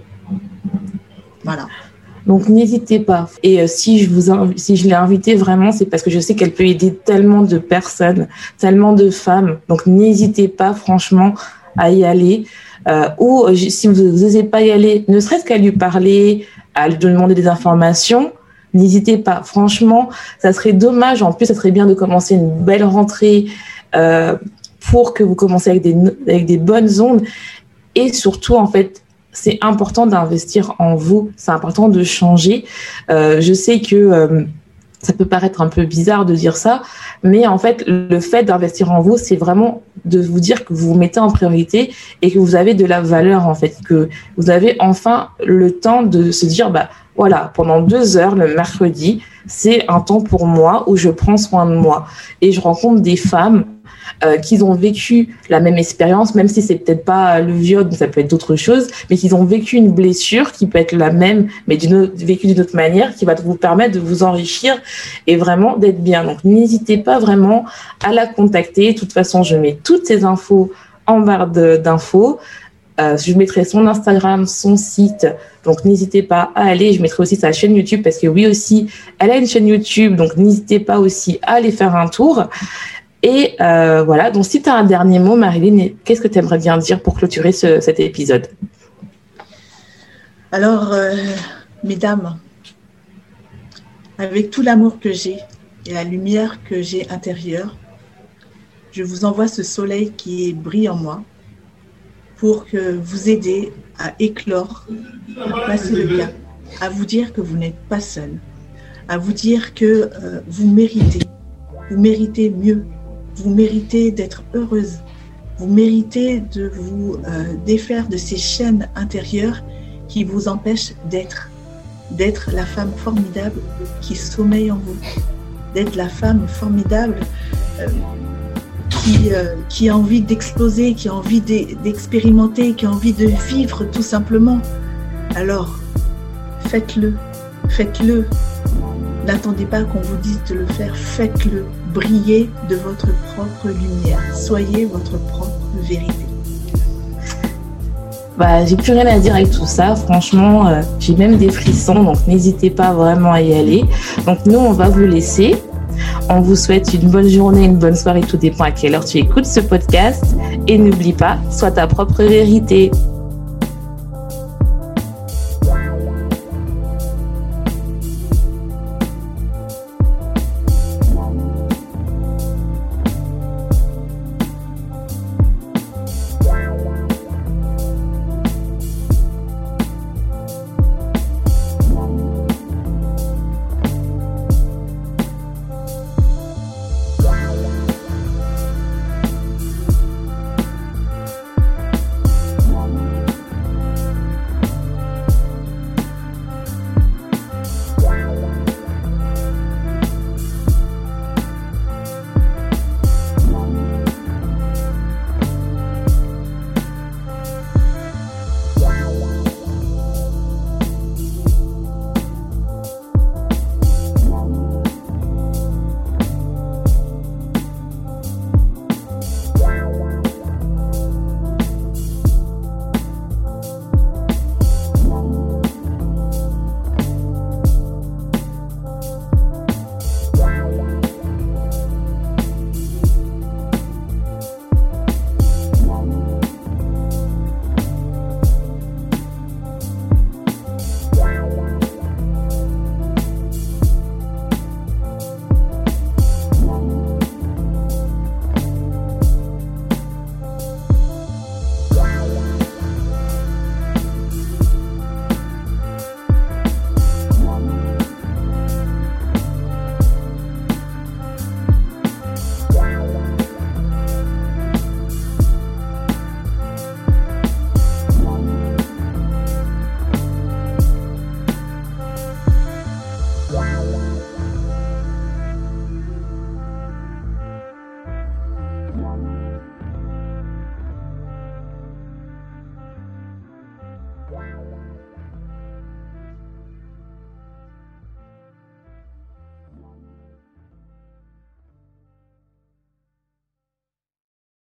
Voilà. Donc, n'hésitez pas. Et euh, si je vous inv- si je l'ai invitée vraiment, c'est parce que je sais qu'elle peut aider tellement de personnes, tellement de femmes. Donc, n'hésitez pas, franchement, à y aller. Euh, ou euh, si vous n'osez pas y aller, ne serait-ce qu'à lui parler, à lui demander des informations, n'hésitez pas. Franchement, ça serait dommage. En plus, ça serait bien de commencer une belle rentrée euh, pour que vous commenciez avec des, avec des bonnes ondes. Et surtout, en fait, c'est important d'investir en vous, c'est important de changer. Euh, je sais que euh, ça peut paraître un peu bizarre de dire ça, mais en fait, le fait d'investir en vous, c'est vraiment de vous dire que vous vous mettez en priorité et que vous avez de la valeur, en fait, que vous avez enfin le temps de se dire, bah voilà, pendant deux heures le mercredi, c'est un temps pour moi où je prends soin de moi. Et je rencontre des femmes Euh, qu'ils ont vécu la même expérience, même si c'est peut-être pas le viol, ça peut être d'autres choses, mais qu'ils ont vécu une blessure qui peut être la même, mais d'une autre, vécue d'une autre manière, qui va vous permettre de vous enrichir et vraiment d'être bien. Donc, n'hésitez pas vraiment à la contacter. De toute façon, je mets toutes ces infos en barre de, d'infos. Euh, je mettrai son Instagram, son site, donc n'hésitez pas à aller. Je mettrai aussi sa chaîne YouTube parce que oui aussi, elle a une chaîne YouTube, donc n'hésitez pas aussi à aller faire un tour. Et euh, voilà, donc si tu as un dernier mot, Marilyn, qu'est-ce que tu aimerais bien dire pour clôturer ce, cet épisode ? Alors, euh, mesdames, avec tout l'amour que j'ai et la lumière que j'ai intérieure, je vous envoie ce soleil qui brille en moi pour que vous aider à éclore, à passer le cap, à vous dire que vous n'êtes pas seul, à vous dire que euh, vous méritez, vous méritez mieux. Vous méritez d'être heureuse. Vous méritez de vous euh, défaire de ces chaînes intérieures qui vous empêchent d'être, d'être la femme formidable qui sommeille en vous, d'être la femme formidable euh, qui, euh, qui a envie d'exploser, qui a envie d'expérimenter, qui a envie de vivre tout simplement. Alors, faites-le, faites-le. N'attendez pas qu'on vous dise de le faire, faites-le. Brillez de votre propre lumière. Soyez votre propre vérité. Bah, j'ai plus rien à dire avec tout ça. Franchement, euh, j'ai même des frissons, donc n'hésitez pas vraiment à y aller. Donc nous, on va vous laisser. On vous souhaite une bonne journée, une bonne soirée. Tout dépend à quelle heure tu écoutes ce podcast. Et n'oublie pas, sois ta propre vérité.